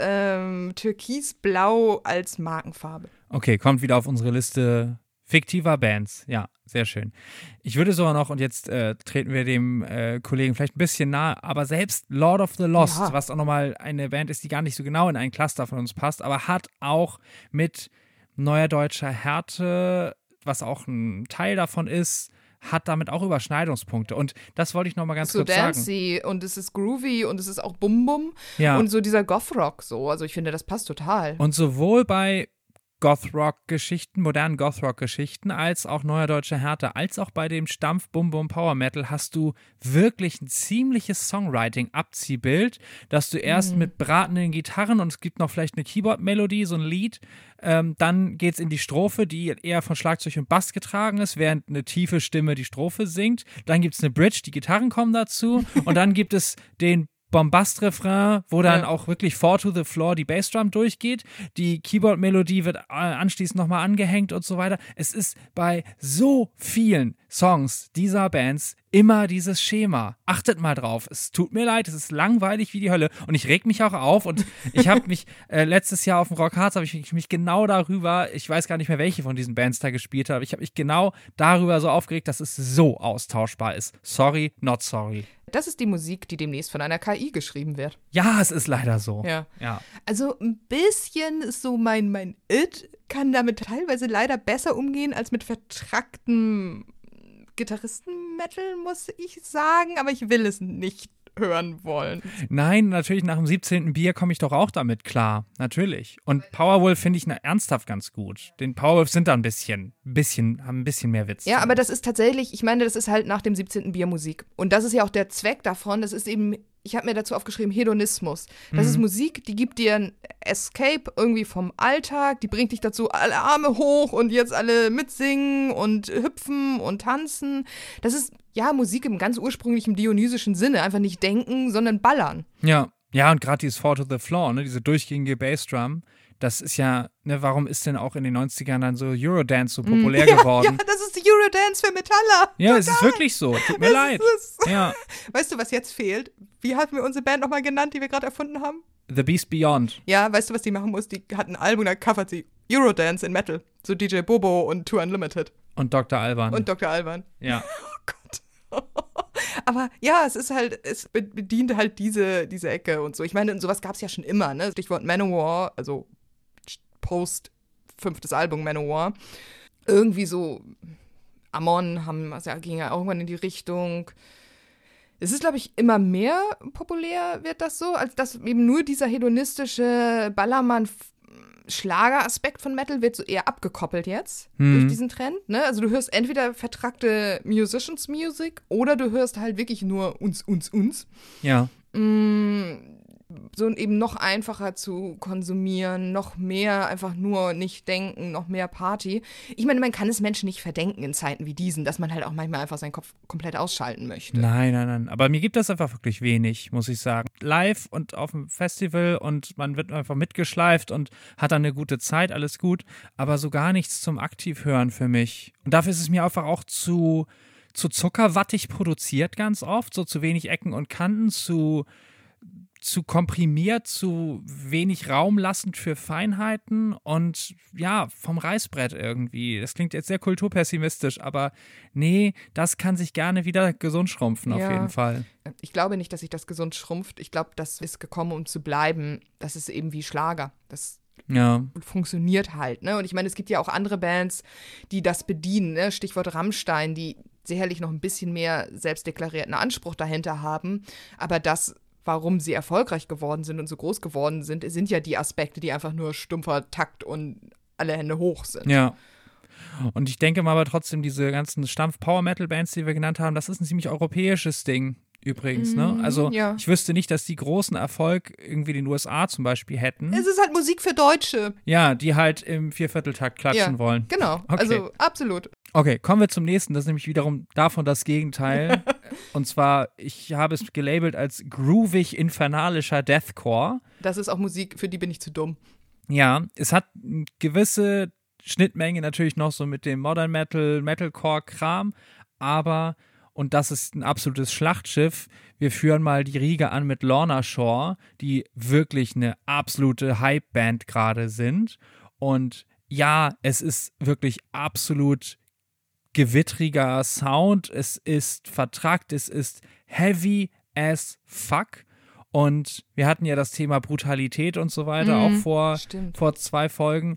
Türkisblau als Markenfarbe. Okay, kommt wieder auf unsere Liste fiktiver Bands. Ja, sehr schön. Ich würde sogar noch, und jetzt treten wir dem Kollegen vielleicht ein bisschen nahe, aber selbst Lord of the Lost, was auch nochmal eine Band ist, die gar nicht so genau in ein Cluster von uns passt, aber hat auch mit neuer deutscher Härte, was auch ein Teil davon ist, hat damit auch Überschneidungspunkte. Und das wollte ich noch mal ganz kurz sagen. So dancey und es ist groovy und es ist auch Bum-Bum. Ja. Und so dieser Goth-Rock so. Also ich finde, das passt total. Und sowohl bei Goth-Rock-Geschichten, modernen Goth-Rock-Geschichten, als auch neuer deutscher Härte, als auch bei dem Stampf-Bum-Bum-Power-Metal hast du wirklich ein ziemliches Songwriting-Abziehbild, dass du erst mit bratenden Gitarren und es gibt noch vielleicht eine Keyboard-Melodie, so ein Lied, dann geht's in die Strophe, die eher von Schlagzeug und Bass getragen ist, während eine tiefe Stimme die Strophe singt. Dann gibt's eine Bridge, die Gitarren kommen dazu und dann gibt es den Bombast-Refrain, wo dann auch wirklich Four to the Floor die Bassdrum durchgeht. Die Keyboard-Melodie wird anschließend nochmal angehängt und so weiter. Es ist bei so vielen Songs dieser Bands immer dieses Schema. Achtet mal drauf. Es tut mir leid, es ist langweilig wie die Hölle und ich reg mich auch auf und ich habe mich letztes Jahr auf dem Rock Harz habe ich mich genau darüber, ich weiß gar nicht mehr, welche von diesen Bands da gespielt habe, ich habe mich genau darüber so aufgeregt, dass es so austauschbar ist. Sorry, not sorry. Das ist die Musik, die demnächst von einer KI geschrieben wird. Ja, es ist leider so. Ja. Also ein bisschen ist so mein It, kann damit teilweise leider besser umgehen als mit vertracktem Gitarristen-Metal, muss ich sagen, aber ich will es nicht hören wollen. Nein, natürlich nach dem 17. Bier komme ich doch auch damit klar, natürlich. Und Powerwolf finde ich ernsthaft ganz gut. Den Powerwolf sind da haben ein bisschen mehr Witz. Ja, aber das ist tatsächlich, ich meine, das ist halt nach dem 17. Bier Musik. Und das ist ja auch der Zweck davon, das ist eben, ich habe mir dazu aufgeschrieben, Hedonismus. Das ist Musik, die gibt dir ein Escape irgendwie vom Alltag, die bringt dich dazu, alle Arme hoch und jetzt alle mitsingen und hüpfen und tanzen. Das ist, Musik im ganz ursprünglichen dionysischen Sinne. Einfach nicht denken, sondern ballern. Ja, und gerade dieses Four to the Floor, ne, diese durchgehende Bassdrum, das ist ja, ne, warum ist denn auch in den 90ern dann so Eurodance so populär geworden? Ja, das ist Eurodance für Metaller. Ja, es ist wirklich so. Tut mir leid. Ja. Weißt du, was jetzt fehlt? Wie hatten wir unsere Band nochmal genannt, die wir gerade erfunden haben? The Beast Beyond. Ja, weißt du, was die machen muss? Die hat ein Album, da covert sie Eurodance in Metal. So DJ Bobo und Tour Unlimited. Und Dr. Alban. Ja. Oh Gott. Aber ja, es ist halt, es bedient halt diese Ecke und so. Ich meine, sowas gab es ja schon immer, ne? Stichwort Manowar, also Post 5. Album Manowar. Irgendwie so, Amon ging ja irgendwann in die Richtung. Es ist, glaube ich, immer mehr populär, wird das so, als dass eben nur dieser hedonistische Ballermann-Schlager-Aspekt von Metal wird so eher abgekoppelt jetzt durch diesen Trend. Ne? Also du hörst entweder vertrackte Musicians-Music oder du hörst halt wirklich nur uns. Ja. So eben noch einfacher zu konsumieren, noch mehr einfach nur nicht denken, noch mehr Party. Ich meine, man kann es Menschen nicht verdenken in Zeiten wie diesen, dass man halt auch manchmal einfach seinen Kopf komplett ausschalten möchte. Nein. Aber mir gibt das einfach wirklich wenig, muss ich sagen. Live und auf dem Festival und man wird einfach mitgeschleift und hat dann eine gute Zeit, alles gut. Aber so gar nichts zum Aktivhören für mich. Und dafür ist es mir einfach auch zu zu zuckerwattig produziert ganz oft, so zu wenig Ecken und Kanten, zu komprimiert, zu wenig Raum lassend für Feinheiten und ja, vom Reißbrett irgendwie. Das klingt jetzt sehr kulturpessimistisch, aber nee, das kann sich gerne wieder gesund schrumpfen, auf jeden Fall. Ich glaube nicht, dass sich das gesund schrumpft. Ich glaube, das ist gekommen, um zu bleiben. Das ist eben wie Schlager. Das funktioniert halt, ne? Und ich meine, es gibt ja auch andere Bands, die das bedienen, ne? Stichwort Rammstein, die sicherlich noch ein bisschen mehr selbstdeklarierten Anspruch dahinter haben, aber das, warum sie erfolgreich geworden sind und so groß geworden sind ja die Aspekte, die einfach nur stumpfer Takt und alle Hände hoch sind. Ja. Und ich denke mal aber trotzdem, diese ganzen Stampf-Power-Metal-Bands, die wir genannt haben, das ist ein ziemlich europäisches Ding übrigens, ne? Also ich wüsste nicht, dass die großen Erfolg irgendwie in den USA zum Beispiel hätten. Es ist halt Musik für Deutsche. Ja, die halt im Viervierteltakt klatschen wollen. Genau, okay. Also absolut. Okay, kommen wir zum nächsten. Das ist nämlich wiederum davon das Gegenteil. Und zwar, ich habe es gelabelt als groovig infernalischer Deathcore. Das ist auch Musik, für die bin ich zu dumm. Ja, es hat eine gewisse Schnittmenge natürlich noch so mit dem Modern Metal, Metalcore-Kram, aber, und das ist ein absolutes Schlachtschiff, wir führen mal die Riege an mit Lorna Shore, die wirklich eine absolute Hype-Band gerade sind. Und ja, es ist wirklich absolut gewittriger Sound, es ist vertrackt, es ist heavy as fuck. Und wir hatten ja das Thema Brutalität und so weiter auch vor 2 Folgen.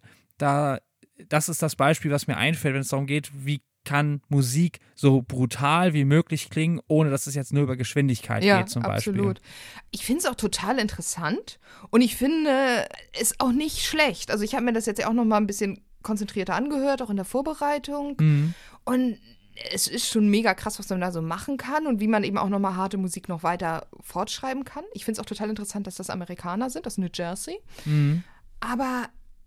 Das ist das Beispiel, was mir einfällt, wenn es darum geht, wie kann Musik so brutal wie möglich klingen, ohne dass es jetzt nur über Geschwindigkeit geht zum Beispiel. Ja, absolut. Ich finde es auch total interessant und ich finde es auch nicht schlecht. Also ich habe mir das jetzt ja auch noch mal ein bisschen konzentrierter angehört, auch in der Vorbereitung. Und es ist schon mega krass, was man da so machen kann und wie man eben auch nochmal harte Musik noch weiter fortschreiben kann. Ich finde es auch total interessant, dass das Amerikaner sind, aus New Jersey. Aber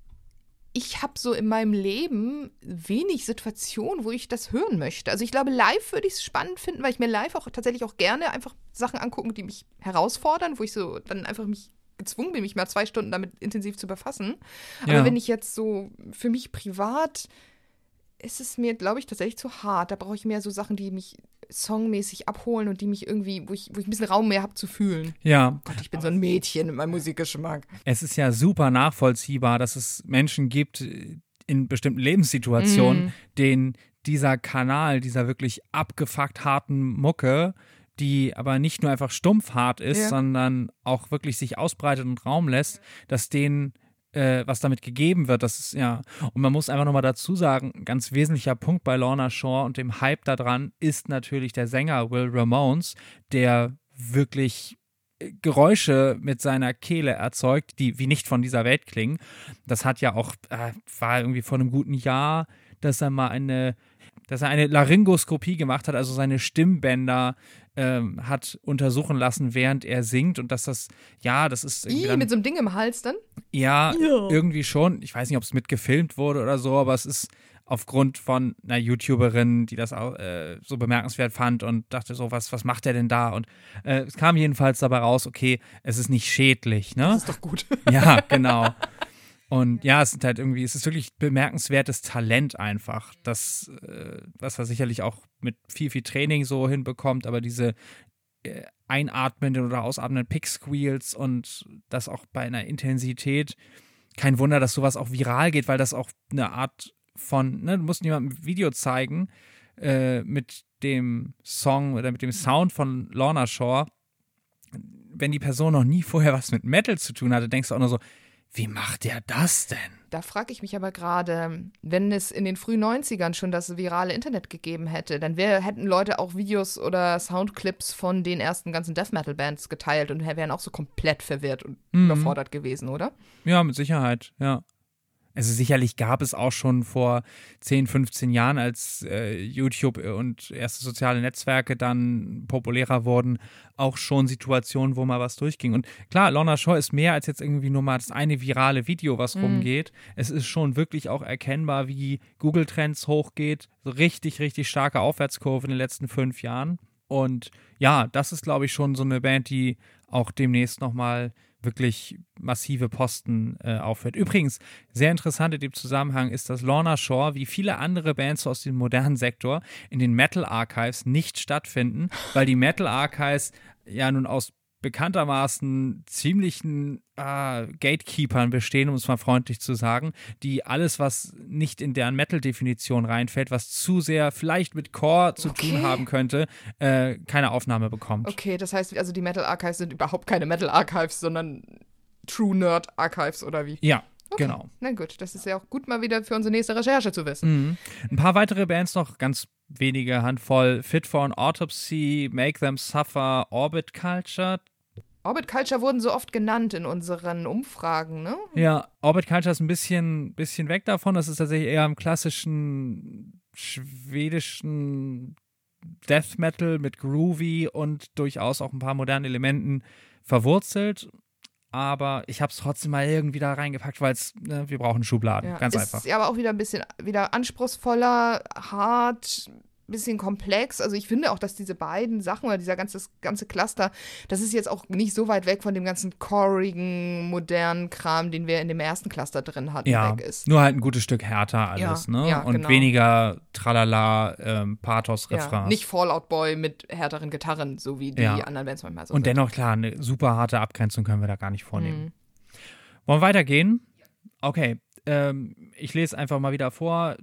ich habe so in meinem Leben wenig Situationen, wo ich das hören möchte. Also ich glaube, live würde ich es spannend finden, weil ich mir live auch tatsächlich auch gerne einfach Sachen angucken, die mich herausfordern, wo ich so dann einfach mich gezwungen bin, mich mal 2 Stunden damit intensiv zu befassen. Aber wenn ich jetzt so für mich privat, ist es mir, glaube ich, tatsächlich zu hart. Da brauche ich mehr so Sachen, die mich songmäßig abholen und die mich irgendwie, wo ich ein bisschen Raum mehr habe zu fühlen. Ja. Gott, ich bin so ein Mädchen in meinem Musikgeschmack. Es ist ja super nachvollziehbar, dass es Menschen gibt in bestimmten Lebenssituationen, denen dieser Kanal, dieser wirklich abgefuckt harten Mucke, die aber nicht nur einfach stumpf hart ist, sondern auch wirklich sich ausbreitet und Raum lässt, dass denen was damit gegeben wird, das ist, ja, und man muss einfach nochmal dazu sagen, ein ganz wesentlicher Punkt bei Lorna Shore und dem Hype daran ist natürlich der Sänger Will Ramones, der wirklich Geräusche mit seiner Kehle erzeugt, die wie nicht von dieser Welt klingen. Das hat ja auch, war irgendwie vor einem guten Jahr, dass er eine Laryngoskopie gemacht hat, also seine Stimmbänder hat untersuchen lassen, während er singt und dass das ist irgendwie dann, mit so einem Ding im Hals dann? Ja, irgendwie schon. Ich weiß nicht, ob es mitgefilmt wurde oder so, aber es ist aufgrund von einer YouTuberin, die das auch so bemerkenswert fand und dachte so, was macht der denn da? Und es kam jedenfalls dabei raus, okay, es ist nicht schädlich, ne? Das ist doch gut. Ja, genau. Und ja, es ist wirklich bemerkenswertes Talent einfach, das, was er sicherlich auch mit viel, viel Training so hinbekommt, aber diese einatmenden oder ausatmenden Pick-Squeals und das auch bei einer Intensität, kein Wunder, dass sowas auch viral geht, weil das auch eine Art von, ne, du musst jemandem ein Video zeigen mit dem Song oder mit dem Sound von Lorna Shore. Wenn die Person noch nie vorher was mit Metal zu tun hatte, denkst du auch nur so, wie macht der das denn? Da frage ich mich aber gerade, wenn es in den frühen 90ern schon das virale Internet gegeben hätte, dann hätten Leute auch Videos oder Soundclips von den ersten ganzen Death-Metal-Bands geteilt und wären auch so komplett verwirrt und überfordert gewesen, oder? Ja, mit Sicherheit, ja. Also sicherlich gab es auch schon vor 10, 15 Jahren, als YouTube und erste soziale Netzwerke dann populärer wurden, auch schon Situationen, wo mal was durchging. Und klar, Lorna Shore ist mehr als jetzt irgendwie nur mal das eine virale Video, was rumgeht. Es ist schon wirklich auch erkennbar, wie Google Trends hochgeht. So richtig, richtig starke Aufwärtskurve in den letzten 5 Jahren. Und ja, das ist, glaube ich, schon so eine Band, die auch demnächst nochmal wirklich massive Posten aufführt. Übrigens, sehr interessant in dem Zusammenhang ist, dass Lorna Shore, wie viele andere Bands aus dem modernen Sektor, in den Metal Archives nicht stattfinden, weil die Metal Archives ja nun aus bekanntermaßen ziemlichen Gatekeepern bestehen, um es mal freundlich zu sagen, die alles, was nicht in deren Metal-Definition reinfällt, was zu sehr vielleicht mit Core zu tun haben könnte, keine Aufnahme bekommt. Okay, das heißt, also die Metal Archives sind überhaupt keine Metal Archives, sondern True Nerd Archives oder wie? Ja. Okay. Genau. Na gut, das ist ja auch gut mal wieder für unsere nächste Recherche zu wissen. Mhm. Ein paar weitere Bands noch, ganz wenige Handvoll. Fit for an Autopsy, Make Them Suffer, Orbit Culture. Orbit Culture wurden so oft genannt in unseren Umfragen, ne? Ja, Orbit Culture ist ein bisschen weg davon. Das ist tatsächlich eher im klassischen schwedischen Death Metal mit Groovy und durchaus auch ein paar modernen Elementen verwurzelt. Aber ich habe es trotzdem mal irgendwie da reingepackt, weil wir brauchen Schubladen, Ja, ganz einfach. Ist aber auch wieder ein bisschen anspruchsvoller, hart, bisschen komplex. Also ich finde auch, dass diese beiden Sachen oder dieser ganze Cluster, das ist jetzt auch nicht so weit weg von dem ganzen chorigen, modernen Kram, den wir in dem ersten Cluster drin hatten, weg ist. Nur halt ein gutes Stück härter alles, ne? Ja, und genau. weniger Tralala, Pathos-Refrains. Ja, nicht Fallout Boy mit härteren Gitarren, so wie die anderen Bands manchmal so Und sind. dennoch, klar, eine super harte Abgrenzung können wir da gar nicht vornehmen. Mhm. Wollen wir weitergehen? Okay, ich lese einfach mal wieder vor.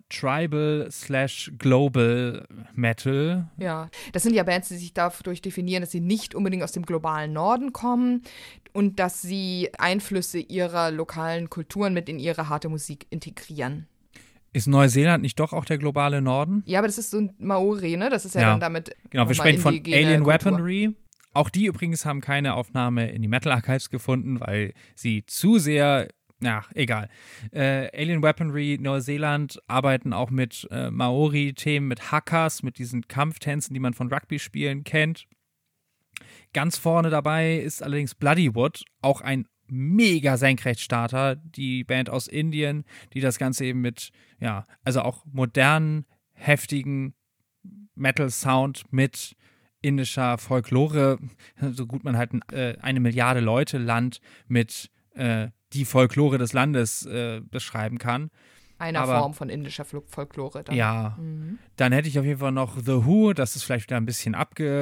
Tribal/Global Metal. Ja, das sind ja Bands, die sich dadurch definieren, dass sie nicht unbedingt aus dem globalen Norden kommen und dass sie Einflüsse ihrer lokalen Kulturen mit in ihre harte Musik integrieren. Ist Neuseeland nicht doch auch der globale Norden? Ja, aber das ist so ein Maori, ne? Das ist ja dann damit. Genau, wir sprechen von Alien Kultur. Weaponry. Auch die übrigens haben keine Aufnahme in die Metal Archives gefunden, weil sie zu sehr. Ja, egal. Alien Weaponry Neuseeland arbeiten auch mit Maori-Themen, mit Hakas, mit diesen Kampftänzen, die man von Rugby-Spielen kennt. Ganz vorne dabei ist allerdings Bloodywood, auch ein mega Senkrechtstarter, die Band aus Indien, die das Ganze eben mit, also auch modernen, heftigen Metal-Sound mit indischer Folklore, so gut man halt eine Milliarde Leute Land mit die Folklore des Landes beschreiben kann. Einer Form von indischer Folklore. Dann. Ja, dann hätte ich auf jeden Fall noch The Who, das ist vielleicht wieder ein bisschen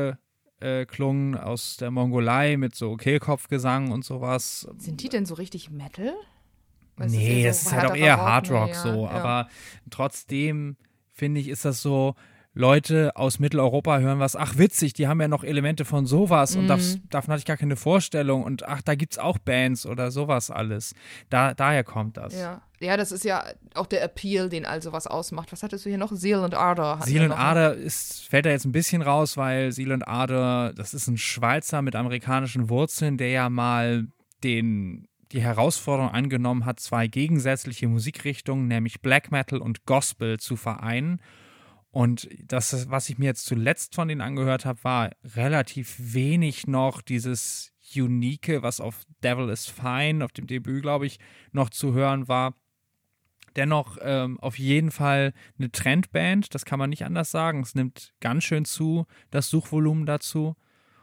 abgeklungen aus der Mongolei mit so Kehlkopfgesang und sowas. Sind die denn so richtig Metal? Nee, das ist halt auch eher Hardrock so, aber trotzdem finde ich, ist das so, Leute aus Mitteleuropa hören was, ach witzig, die haben ja noch Elemente von sowas und davon hatte ich gar keine Vorstellung und ach, da gibt's auch Bands oder sowas alles. Daher kommt das. Ja, das ist ja auch der Appeal, den all sowas ausmacht. Was hattest du hier noch? Zeal and Ardor. Zeal and Ardor fällt da jetzt ein bisschen raus, weil Zeal and Ardor, das ist ein Schweizer mit amerikanischen Wurzeln, der ja mal die Herausforderung angenommen hat, zwei gegensätzliche Musikrichtungen, nämlich Black Metal und Gospel, zu vereinen. Und das, was ich mir jetzt zuletzt von denen angehört habe, war relativ wenig noch dieses Unique, was auf Devil is Fine, auf dem Debüt, glaube ich, noch zu hören war. Dennoch auf jeden Fall eine Trendband, das kann man nicht anders sagen. Es nimmt ganz schön zu, das Suchvolumen dazu.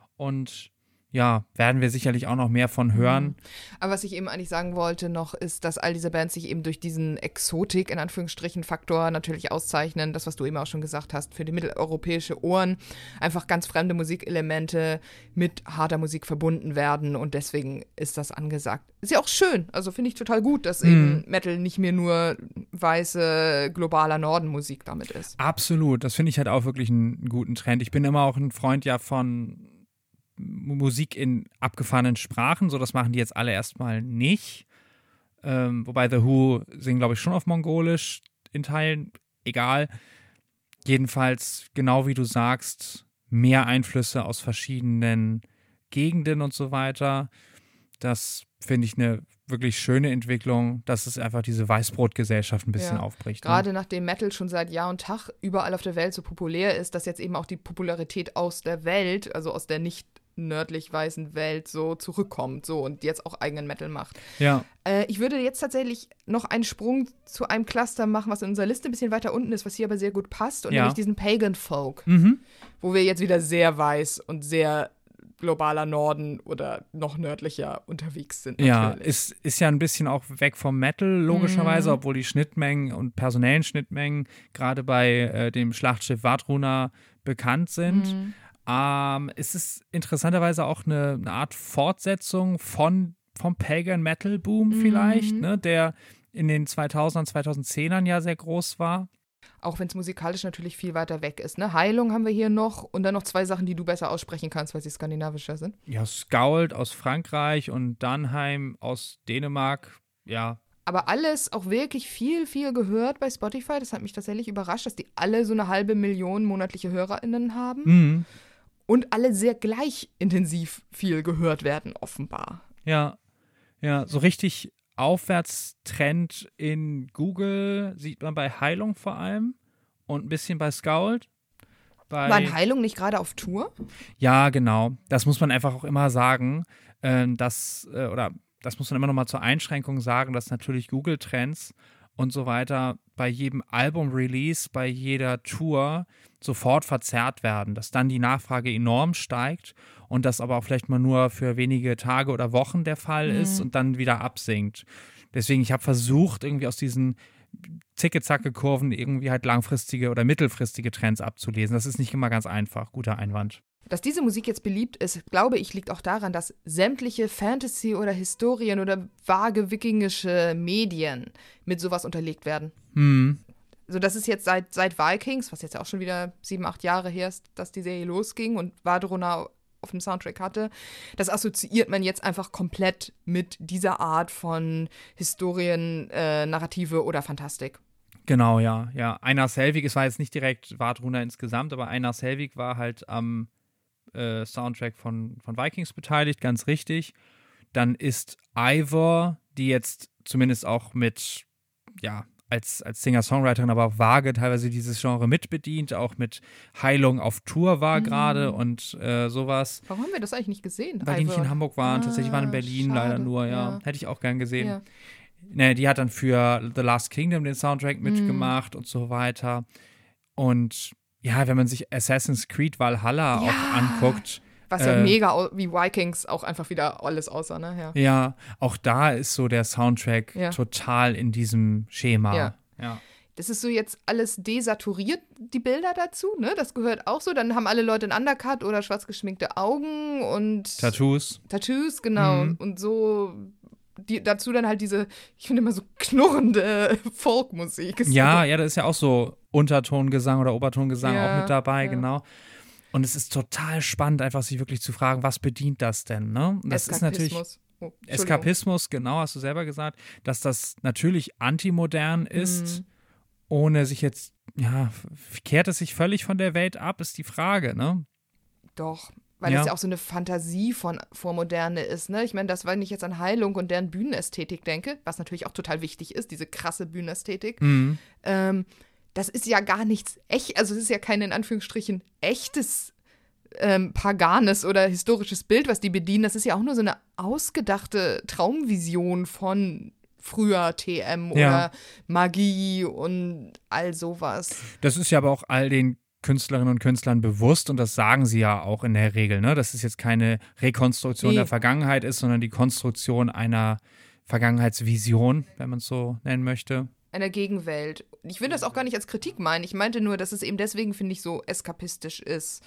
Und ja, werden wir sicherlich auch noch mehr von hören. Aber was ich eben eigentlich sagen wollte noch, ist, dass all diese Bands sich eben durch diesen Exotik, in Anführungsstrichen, Faktor natürlich auszeichnen. Das, was du eben auch schon gesagt hast, für die mitteleuropäische Ohren einfach ganz fremde Musikelemente mit harter Musik verbunden werden und deswegen ist das angesagt. Ist ja auch schön, also finde ich total gut, dass eben Metal nicht mehr nur weiße, globaler Norden-Musik damit ist. Absolut, das finde ich halt auch wirklich einen guten Trend. Ich bin immer auch ein Freund von Musik in abgefahrenen Sprachen, so das machen die jetzt alle erstmal nicht. Wobei The Who singen, glaube ich, schon auf Mongolisch in Teilen. Egal. Jedenfalls, genau wie du sagst, mehr Einflüsse aus verschiedenen Gegenden und so weiter. Das finde ich eine wirklich schöne Entwicklung, dass es einfach diese Weißbrotgesellschaft ein bisschen aufbricht. Gerade nachdem Metal schon seit Jahr und Tag überall auf der Welt so populär ist, dass jetzt eben auch die Popularität aus der Welt, also aus der nicht nördlich weißen Welt so zurückkommt so und jetzt auch eigenen Metal macht. Ja. Ich würde jetzt tatsächlich noch einen Sprung zu einem Cluster machen, was in unserer Liste ein bisschen weiter unten ist, was hier aber sehr gut passt und nämlich diesen Pagan Folk, wo wir jetzt wieder sehr weiß und sehr globaler Norden oder noch nördlicher unterwegs sind. Ja, natürlich. ist ja ein bisschen auch weg vom Metal, logischerweise, obwohl die Schnittmengen und personellen Schnittmengen gerade bei dem Schlachtschiff Wardruna bekannt sind. Es ist interessanterweise auch eine Art Fortsetzung vom Pagan Metal Boom vielleicht, ne, der in den 2000ern, 2010ern ja sehr groß war. Auch wenn es musikalisch natürlich viel weiter weg ist. Ne? Heilung haben wir hier noch und dann noch 2 Sachen, die du besser aussprechen kannst, weil sie skandinavischer sind. Ja, Skald aus Frankreich und Danheim aus Dänemark, ja. Aber alles auch wirklich viel, viel gehört bei Spotify. Das hat mich tatsächlich überrascht, dass die alle so eine 500.000 monatliche HörerInnen haben. Und alle sehr gleich intensiv viel gehört werden, offenbar. Ja, so richtig Aufwärtstrend in Google sieht man bei Heilung vor allem und ein bisschen bei Skald. Waren Heilung nicht gerade auf Tour? Ja, genau. Das muss man einfach auch immer sagen, das muss man immer noch mal zur Einschränkung sagen, dass natürlich Google-Trends und so weiter bei jedem Album-Release, bei jeder Tour sofort verzerrt werden, dass dann die Nachfrage enorm steigt und das aber auch vielleicht mal nur für wenige Tage oder Wochen der Fall ist und dann wieder absinkt. Deswegen, ich habe versucht, irgendwie aus diesen Zicke-Zacke-Kurven irgendwie halt langfristige oder mittelfristige Trends abzulesen. Das ist nicht immer ganz einfach. Guter Einwand. Dass diese Musik jetzt beliebt ist, glaube ich, liegt auch daran, dass sämtliche Fantasy- oder Historien- oder vage wikingische Medien mit sowas unterlegt werden. Also das ist jetzt seit Vikings, was jetzt ja auch schon wieder 7, 8 Jahre her ist, dass die Serie losging und Wardruna auf dem Soundtrack hatte, das assoziiert man jetzt einfach komplett mit dieser Art von Historien, Narrative oder Fantastik. Genau, ja. Einar Selvig, es war jetzt nicht direkt Wardruna insgesamt, aber Einar Selvig war halt am Soundtrack von Vikings beteiligt, ganz richtig. Dann ist Eivor, die jetzt zumindest auch mit, ja, als Singer-Songwriterin, aber auch vage teilweise dieses Genre mitbedient, auch mit Heilung auf Tour war gerade und sowas. Warum haben wir das eigentlich nicht gesehen? Weil die nicht in Hamburg waren, tatsächlich waren in Berlin schade. leider nur, ja. Hätte ich auch gern gesehen. Ja. Ne, die hat dann für The Last Kingdom den Soundtrack mitgemacht und so weiter. Und ja, wenn man sich Assassin's Creed Valhalla auch anguckt. Was ja mega wie Vikings auch einfach wieder alles aussah, ne? Ja, auch da ist so der Soundtrack total in diesem Schema. Ja. Das ist so jetzt alles desaturiert, die Bilder dazu, ne? Das gehört auch so. Dann haben alle Leute einen Undercut oder schwarz geschminkte Augen und Tattoos, genau. Und so dazu dann halt diese, ich finde immer so knurrende Folkmusik. Ja, das ist ja auch so Untertongesang oder Obertongesang auch mit dabei, genau. Und es ist total spannend, einfach sich wirklich zu fragen, was bedient das denn, ne? Und das ist natürlich Eskapismus, genau, hast du selber gesagt, dass das natürlich antimodern ist, ohne sich jetzt, kehrt es sich völlig von der Welt ab, ist die Frage, ne? Doch, weil es ja auch so eine Fantasie vor Moderne ist, ne? Ich meine, das, wenn ich jetzt an Heilung und deren Bühnenästhetik denke, was natürlich auch total wichtig ist, diese krasse Bühnenästhetik, das ist ja gar nichts echt, also es ist ja kein in Anführungsstrichen echtes paganes oder historisches Bild, was die bedienen. Das ist ja auch nur so eine ausgedachte Traumvision von früher TM oder Magie und all sowas. Das ist ja aber auch all den Künstlerinnen und Künstlern bewusst und das sagen sie ja auch in der Regel, ne? Dass es jetzt keine Rekonstruktion der Vergangenheit ist, sondern die Konstruktion einer Vergangenheitsvision, wenn man es so nennen möchte. Einer Gegenwelt. Ich will das auch gar nicht als Kritik meinen. Ich meinte nur, dass es eben deswegen, finde ich, so eskapistisch ist.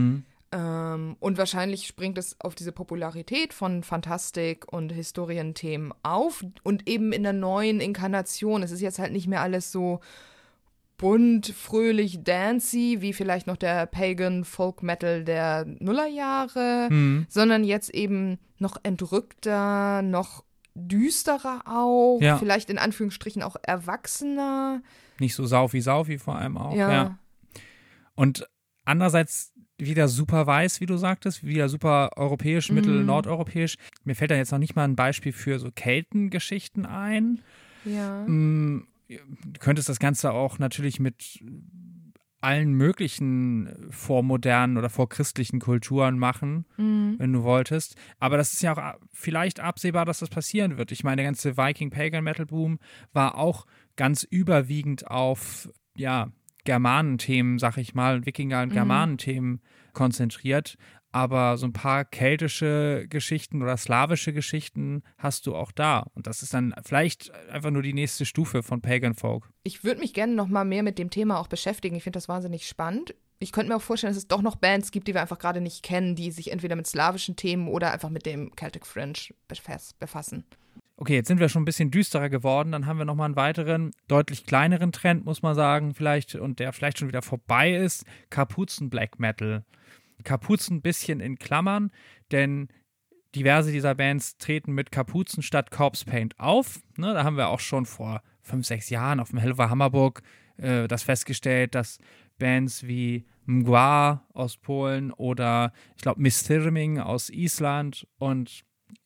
Und wahrscheinlich springt es auf diese Popularität von Fantastik und Historienthemen auf und eben in der neuen Inkarnation. Es ist jetzt halt nicht mehr alles so bunt, fröhlich, dancey, wie vielleicht noch der Pagan Folk Metal der Nullerjahre, sondern jetzt eben noch entrückter, noch düsterer auch, vielleicht in Anführungsstrichen auch erwachsener. Nicht so Saufi vor allem auch. Ja. Und andererseits wieder super weiß, wie du sagtest, wieder super europäisch, mittel-nordeuropäisch. Mir fällt da jetzt noch nicht mal ein Beispiel für so Keltengeschichten ein. Ja. Du könntest das Ganze auch natürlich mit allen möglichen vormodernen oder vorchristlichen Kulturen machen, wenn du wolltest. Aber das ist ja auch vielleicht absehbar, dass das passieren wird. Ich meine, der ganze Viking-Pagan-Metal-Boom war auch ganz überwiegend auf, Germanenthemen, sag ich mal, Wikinger- und Germanenthemen konzentriert. aber so ein paar keltische Geschichten oder slawische Geschichten hast du auch da. Und das ist dann vielleicht einfach nur die nächste Stufe von Pagan Folk. Ich würde mich gerne noch mal mehr mit dem Thema auch beschäftigen. Ich finde das wahnsinnig spannend. Ich könnte mir auch vorstellen, dass es doch noch Bands gibt, die wir einfach gerade nicht kennen, die sich entweder mit slawischen Themen oder einfach mit dem Celtic Fringe befassen. Okay, jetzt sind wir schon ein bisschen düsterer geworden. Dann haben wir nochmal einen weiteren, deutlich kleineren Trend, muss man sagen, vielleicht, und der vielleicht schon wieder vorbei ist: Kapuzen-Black Metal. Kapuzen ein bisschen in Klammern, denn diverse dieser Bands treten mit Kapuzen statt Corpse Paint auf. Ne, da haben wir auch schon vor 5, 6 Jahren auf dem Helluva Hammerburg das festgestellt, dass Bands wie Mgła aus Polen oder ich glaube Mistyrming aus Island und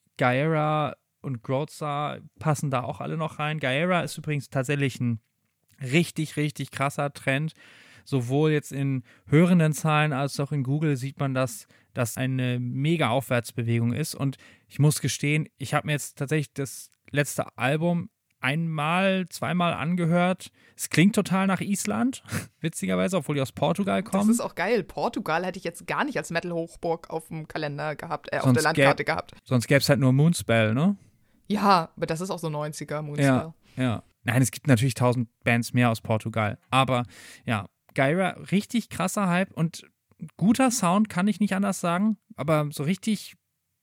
Gaera und Groza passen da auch alle noch rein. Gaera ist übrigens tatsächlich ein richtig, richtig krasser Trend. Sowohl jetzt in hörenden Zahlen als auch in Google sieht man, dass das eine mega Aufwärtsbewegung ist. Und ich muss gestehen, ich habe mir jetzt tatsächlich das letzte Album einmal, zweimal angehört. Es klingt total nach Island, witzigerweise, obwohl die aus Portugal kommen. Das ist auch geil. Portugal hätte ich jetzt gar nicht als Metal-Hochburg auf dem Kalender gehabt, auf der Landkarte gehabt. Sonst gäbe es halt nur Moonspell, ne? Ja, aber das ist auch so 90er Moonspell. Ja. Nein, es gibt natürlich 1000 Bands mehr aus Portugal. Aber ja, Gaera, richtig krasser Hype und guter Sound, kann ich nicht anders sagen. Aber so richtig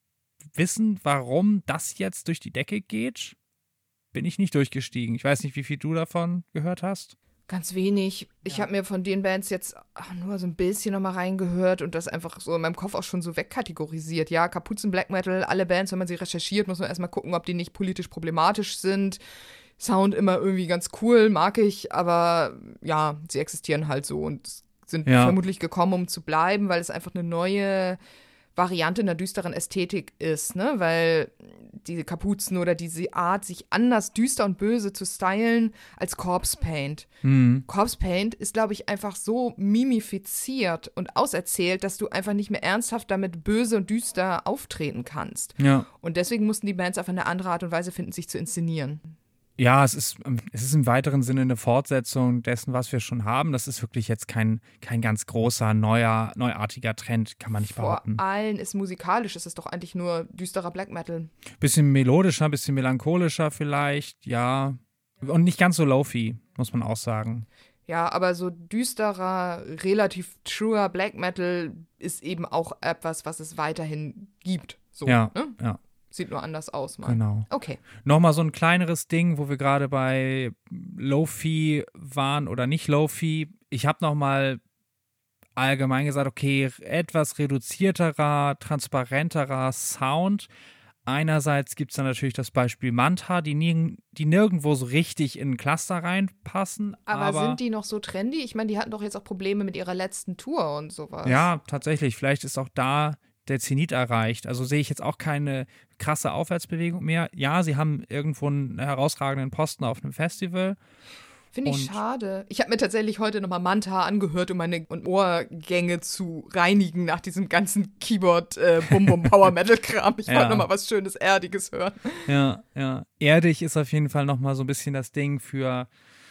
wissen, warum das jetzt durch die Decke geht, bin ich nicht durchgestiegen. Ich weiß nicht, wie viel du davon gehört hast. Ganz wenig. Ich habe mir von den Bands jetzt nur so ein bisschen nochmal reingehört und das einfach so in meinem Kopf auch schon so wegkategorisiert. Ja, Kapuzen, Black Metal, alle Bands, wenn man sie recherchiert, muss man erstmal gucken, ob die nicht politisch problematisch sind. Sound immer irgendwie ganz cool, mag ich, aber ja, sie existieren halt so und sind vermutlich gekommen, um zu bleiben, weil es einfach eine neue Variante einer düsteren Ästhetik ist, ne? Weil diese Kapuzen oder diese Art, sich anders düster und böse zu stylen als Corpse Paint. Corpse Paint ist, glaube ich, einfach so mimifiziert und auserzählt, dass du einfach nicht mehr ernsthaft damit böse und düster auftreten kannst. Ja. Und deswegen mussten die Bands auf eine andere Art und Weise finden, sich zu inszenieren. Ja, es ist im weiteren Sinne eine Fortsetzung dessen, was wir schon haben. Das ist wirklich jetzt kein ganz großer, neuartiger Trend, kann man nicht behaupten. Vor allem ist musikalisch, ist es doch eigentlich nur düsterer Black Metal. Bisschen melodischer, bisschen melancholischer vielleicht, ja. Und nicht ganz so low-fi, muss man auch sagen. Ja, aber so düsterer, relativ truer Black Metal ist eben auch etwas, was es weiterhin gibt. So, ja, ne? Ja. Sieht nur anders aus, mal. Genau. Okay. Nochmal so ein kleineres Ding, wo wir gerade bei Lo-Fi waren oder nicht Lo-Fi. Ich habe nochmal allgemein gesagt, okay, etwas reduzierterer, transparenterer Sound. Einerseits gibt es dann natürlich das Beispiel Manta, die nirgendwo so richtig in ein Cluster reinpassen. Aber sind die noch so trendy? Ich meine, die hatten doch jetzt auch Probleme mit ihrer letzten Tour und sowas. Ja, tatsächlich. Vielleicht ist auch da der Zenit erreicht. Also sehe ich jetzt auch keine krasse Aufwärtsbewegung mehr. Ja, sie haben irgendwo einen herausragenden Posten auf einem Festival. Finde ich schade. Ich habe mir tatsächlich heute nochmal Manta angehört, um meine Ohrgänge zu reinigen nach diesem ganzen Keyboard-Bum-Bum-Power-Metal-Kram. Ich wollte nochmal was Schönes, Erdiges hören. Ja. Erdig ist auf jeden Fall nochmal so ein bisschen das Ding für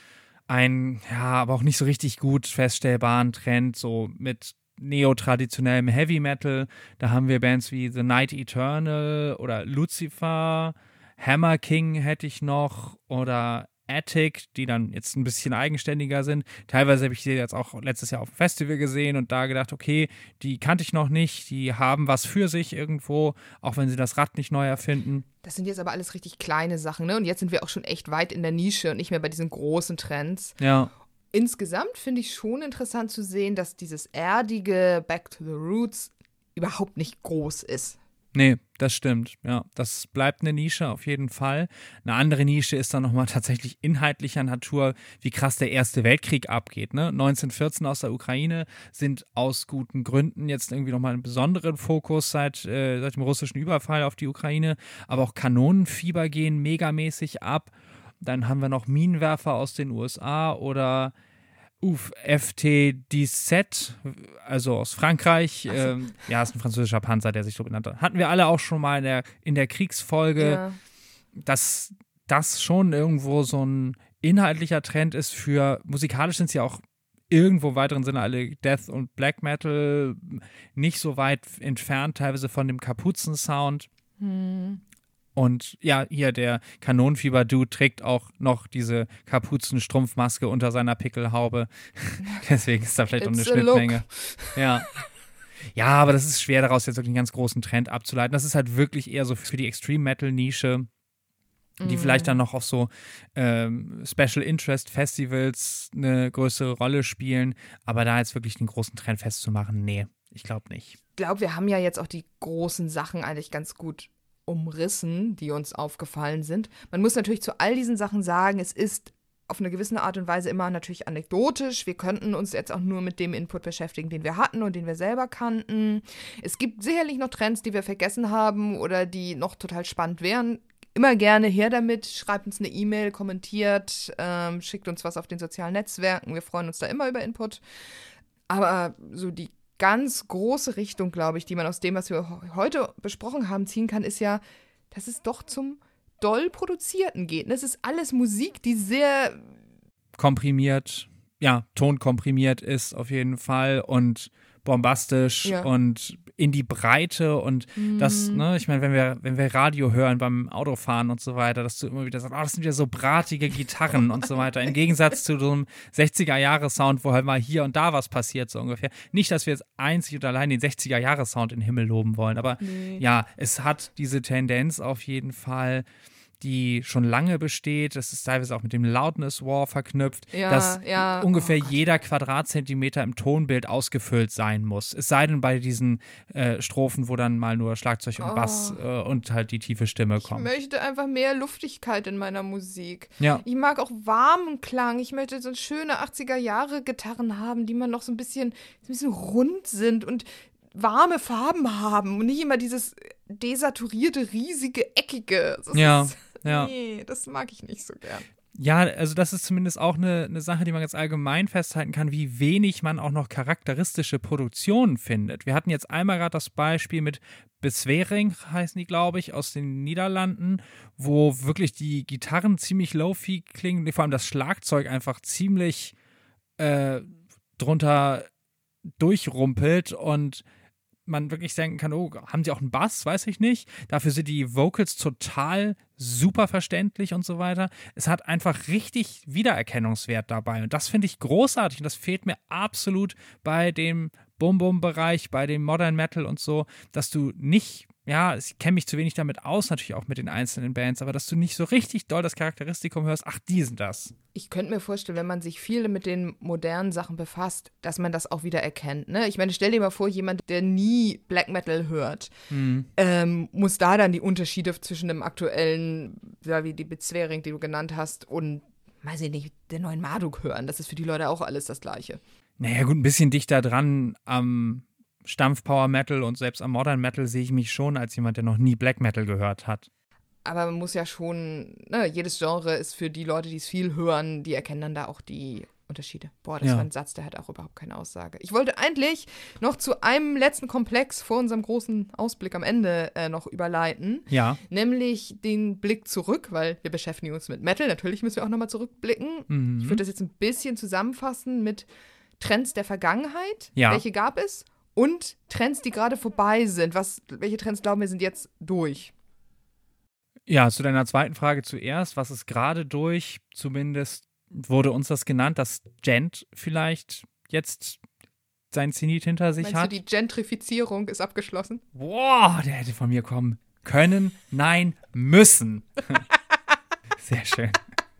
einen, aber auch nicht so richtig gut feststellbaren Trend, so mit neotraditionellem Heavy Metal. Da haben wir Bands wie The Night Eternal oder Lucifer, Hammer King hätte ich noch oder Attic, die dann jetzt ein bisschen eigenständiger sind. Teilweise habe ich sie jetzt auch letztes Jahr auf dem Festival gesehen und da gedacht, okay, die kannte ich noch nicht, die haben was für sich irgendwo, auch wenn sie das Rad nicht neu erfinden. Das sind jetzt aber alles richtig kleine Sachen, ne? Und jetzt sind wir auch schon echt weit in der Nische und nicht mehr bei diesen großen Trends. Ja. Insgesamt finde ich schon interessant zu sehen, dass dieses erdige Back to the Roots überhaupt nicht groß ist. Nee, das stimmt. Ja, das bleibt eine Nische auf jeden Fall. Eine andere Nische ist dann nochmal tatsächlich inhaltlicher Natur, wie krass der Erste Weltkrieg abgeht. Ne? 1914 aus der Ukraine sind aus guten Gründen jetzt irgendwie nochmal einen besonderen Fokus seit dem russischen Überfall auf die Ukraine. Aber auch Kanonenfieber gehen megamäßig ab. Dann haben wir noch Minenwerfer aus den USA oder FT-17, also aus Frankreich. Ist ein französischer Panzer, der sich so benannt hat. Hatten wir alle auch schon mal in der Kriegsfolge, dass das schon irgendwo so ein inhaltlicher Trend ist für, musikalisch sind sie auch irgendwo im weiteren Sinne alle Death und Black Metal, nicht so weit entfernt teilweise von dem Kapuzensound. Und ja, hier der Kanonenfieber-Dude trägt auch noch diese Kapuzenstrumpfmaske unter seiner Pickelhaube. Deswegen ist da vielleicht auch eine Schnittmenge. Ja. Ja, aber das ist schwer, daraus jetzt wirklich einen ganz großen Trend abzuleiten. Das ist halt wirklich eher so für die Extreme-Metal-Nische, die vielleicht dann noch auf so Special Interest Festivals eine größere Rolle spielen. Aber da jetzt wirklich den großen Trend festzumachen, nee, ich glaube nicht. Ich glaube, wir haben ja jetzt auch die großen Sachen eigentlich ganz gut umrissen, die uns aufgefallen sind. Man muss natürlich zu all diesen Sachen sagen, es ist auf eine gewisse Art und Weise immer natürlich anekdotisch. Wir könnten uns jetzt auch nur mit dem Input beschäftigen, den wir hatten und den wir selber kannten. Es gibt sicherlich noch Trends, die wir vergessen haben oder die noch total spannend wären. Immer gerne her damit. Schreibt uns eine E-Mail, kommentiert, schickt uns was auf den sozialen Netzwerken. Wir freuen uns da immer über Input. Aber so die ganz große Richtung, glaube ich, die man aus dem, was wir heute besprochen haben, ziehen kann, ist ja, dass es doch zum doll Produzierten geht. Das ist alles Musik, die sehr komprimiert, ja, tonkomprimiert ist auf jeden Fall und bombastisch und in die Breite und das, ne, ich meine, wenn wir Radio hören beim Autofahren und so weiter, dass du immer wieder sagst, das sind ja so bratige Gitarren und so weiter, im Gegensatz zu so einem 60er-Jahre-Sound, wo halt mal hier und da was passiert, so ungefähr. Nicht, dass wir jetzt einzig und allein den 60er-Jahre-Sound in den Himmel loben wollen, aber ja, es hat diese Tendenz auf jeden Fall, die schon lange besteht. Das ist teilweise auch mit dem Loudness War verknüpft, dass ungefähr jeder Quadratzentimeter im Tonbild ausgefüllt sein muss. Es sei denn bei diesen Strophen, wo dann mal nur Schlagzeug und Bass und halt die tiefe Stimme kommen. Ich möchte einfach mehr Luftigkeit in meiner Musik. Ja. Ich mag auch warmen Klang. Ich möchte so schöne 80er-Jahre-Gitarren haben, die man noch so ein bisschen rund sind und warme Farben haben und nicht immer dieses desaturierte, riesige, eckige. Nee, das mag ich nicht so gern. Ja, also das ist zumindest auch eine Sache, die man ganz allgemein festhalten kann, wie wenig man auch noch charakteristische Produktionen findet. Wir hatten jetzt einmal gerade das Beispiel mit Beswering, heißen die, glaube ich, aus den Niederlanden, wo wirklich die Gitarren ziemlich low-fi klingen, vor allem das Schlagzeug einfach ziemlich drunter durchrumpelt und man wirklich denken kann, oh, haben sie auch einen Bass? Weiß ich nicht. Dafür sind die Vocals total super verständlich und so weiter. Es hat einfach richtig Wiedererkennungswert dabei und das finde ich großartig und das fehlt mir absolut bei dem Boom-Boom-Bereich, bei dem Modern Metal und so, dass du nicht, ja, ich kenne mich zu wenig damit aus, natürlich auch mit den einzelnen Bands, aber dass du nicht so richtig doll das Charakteristikum hörst, ach, die sind das. Ich könnte mir vorstellen, wenn man sich viel mit den modernen Sachen befasst, dass man das auch wieder erkennt. Ne? Ich meine, stell dir mal vor, jemand, der nie Black Metal hört, muss da dann die Unterschiede zwischen dem aktuellen, ja, wie die Bezwering, die du genannt hast, und, weiß ich nicht, der neuen Marduk hören. Das ist für die Leute auch alles das Gleiche. Naja, gut, ein bisschen dichter dran am Stampf-Power Metal und selbst am Modern Metal sehe ich mich schon als jemand, der noch nie Black Metal gehört hat. Aber man muss ja schon, ne, jedes Genre ist für die Leute, die es viel hören, die erkennen dann da auch die Unterschiede. Boah, das war ein Satz, der hat auch überhaupt keine Aussage. Ich wollte eigentlich noch zu einem letzten Komplex vor unserem großen Ausblick am Ende noch überleiten. Ja. Nämlich den Blick zurück, weil wir beschäftigen uns mit Metal. Natürlich müssen wir auch nochmal zurückblicken. Ich würde das jetzt ein bisschen zusammenfassen mit Trends der Vergangenheit. Ja. Welche gab es? Und Trends, die gerade vorbei sind. Welche Trends glauben wir sind jetzt durch? Ja, zu deiner zweiten Frage zuerst. Was ist gerade durch? Zumindest wurde uns das genannt, dass Gent vielleicht jetzt sein Zenit hinter sich hat. Meinst du, die Gentrifizierung ist abgeschlossen? Boah, der hätte von mir kommen können. Nein, müssen. Sehr schön.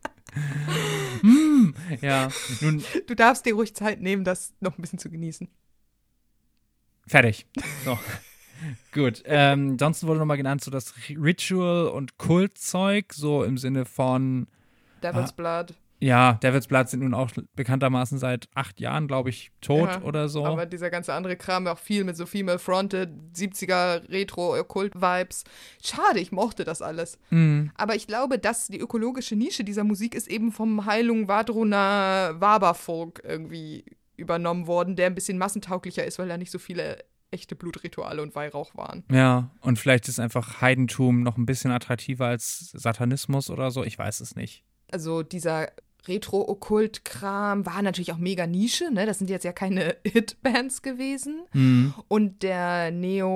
Ja, nun. Du darfst dir ruhig Zeit nehmen, das noch ein bisschen zu genießen. Fertig. So. Gut. Sonst wurde nochmal genannt, so das Ritual- und Kultzeug, so im Sinne von Devil's Blood. Ja, Devil's Blood sind nun auch bekanntermaßen seit 8 Jahren, glaube ich, tot oder so. Aber dieser ganze andere Kram, auch viel mit so Female-Fronted, 70er Retro-Kult-Vibes. Schade, ich mochte das alles. Aber ich glaube, dass die ökologische Nische dieser Musik ist eben vom Heilung Vadruna Waberfolk irgendwie übernommen worden, der ein bisschen massentauglicher ist, weil da nicht so viele echte Blutrituale und Weihrauch waren. Ja, und vielleicht ist einfach Heidentum noch ein bisschen attraktiver als Satanismus oder so, ich weiß es nicht. Also dieser Retro-Okkult-Kram, war natürlich auch mega Nische, ne? Das sind jetzt ja keine Hit-Bands gewesen. Und der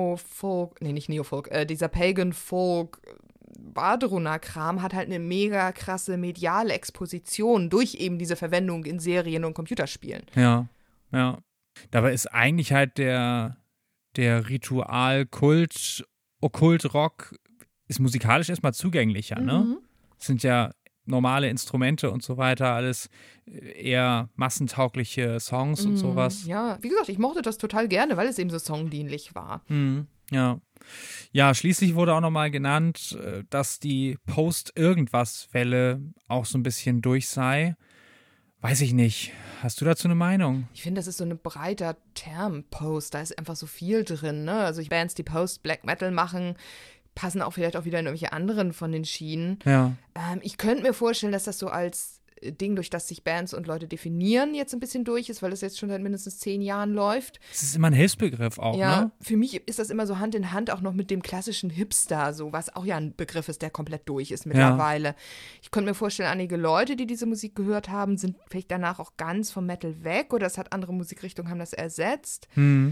dieser Pagan-Folk Badruna-Kram hat halt eine mega krasse mediale Exposition durch eben diese Verwendung in Serien und Computerspielen. Ja. Dabei ist eigentlich halt der Ritual-Kult, Okkult-Rock ist musikalisch erstmal zugänglicher, ne? Es sind ja normale Instrumente und so weiter, alles eher massentaugliche Songs und sowas. Ja, wie gesagt, ich mochte das total gerne, weil es eben so songdienlich war. Ja. Ja, schließlich wurde auch nochmal genannt, dass die Post-Irgendwas-Welle auch so ein bisschen durch sei. Weiß ich nicht. Hast du dazu eine Meinung? Ich finde, das ist so ein breiter Term, Post. Da ist einfach so viel drin, ne? Also Bands, die Post-Black Metal machen, passen auch vielleicht auch wieder in irgendwelche anderen von den Schienen. Ja. Ich könnte mir vorstellen, dass das so als Ding, durch das sich Bands und Leute definieren, jetzt ein bisschen durch ist, weil es jetzt schon seit mindestens 10 Jahren läuft. Es ist immer ein Hilfsbegriff auch, ja, ne? Für mich ist das immer so Hand in Hand auch noch mit dem klassischen Hipster, so was auch ja ein Begriff ist, der komplett durch ist mittlerweile. Ja. Ich könnte mir vorstellen, einige Leute, die diese Musik gehört haben, sind vielleicht danach auch ganz vom Metal weg oder es hat andere Musikrichtungen, haben das ersetzt.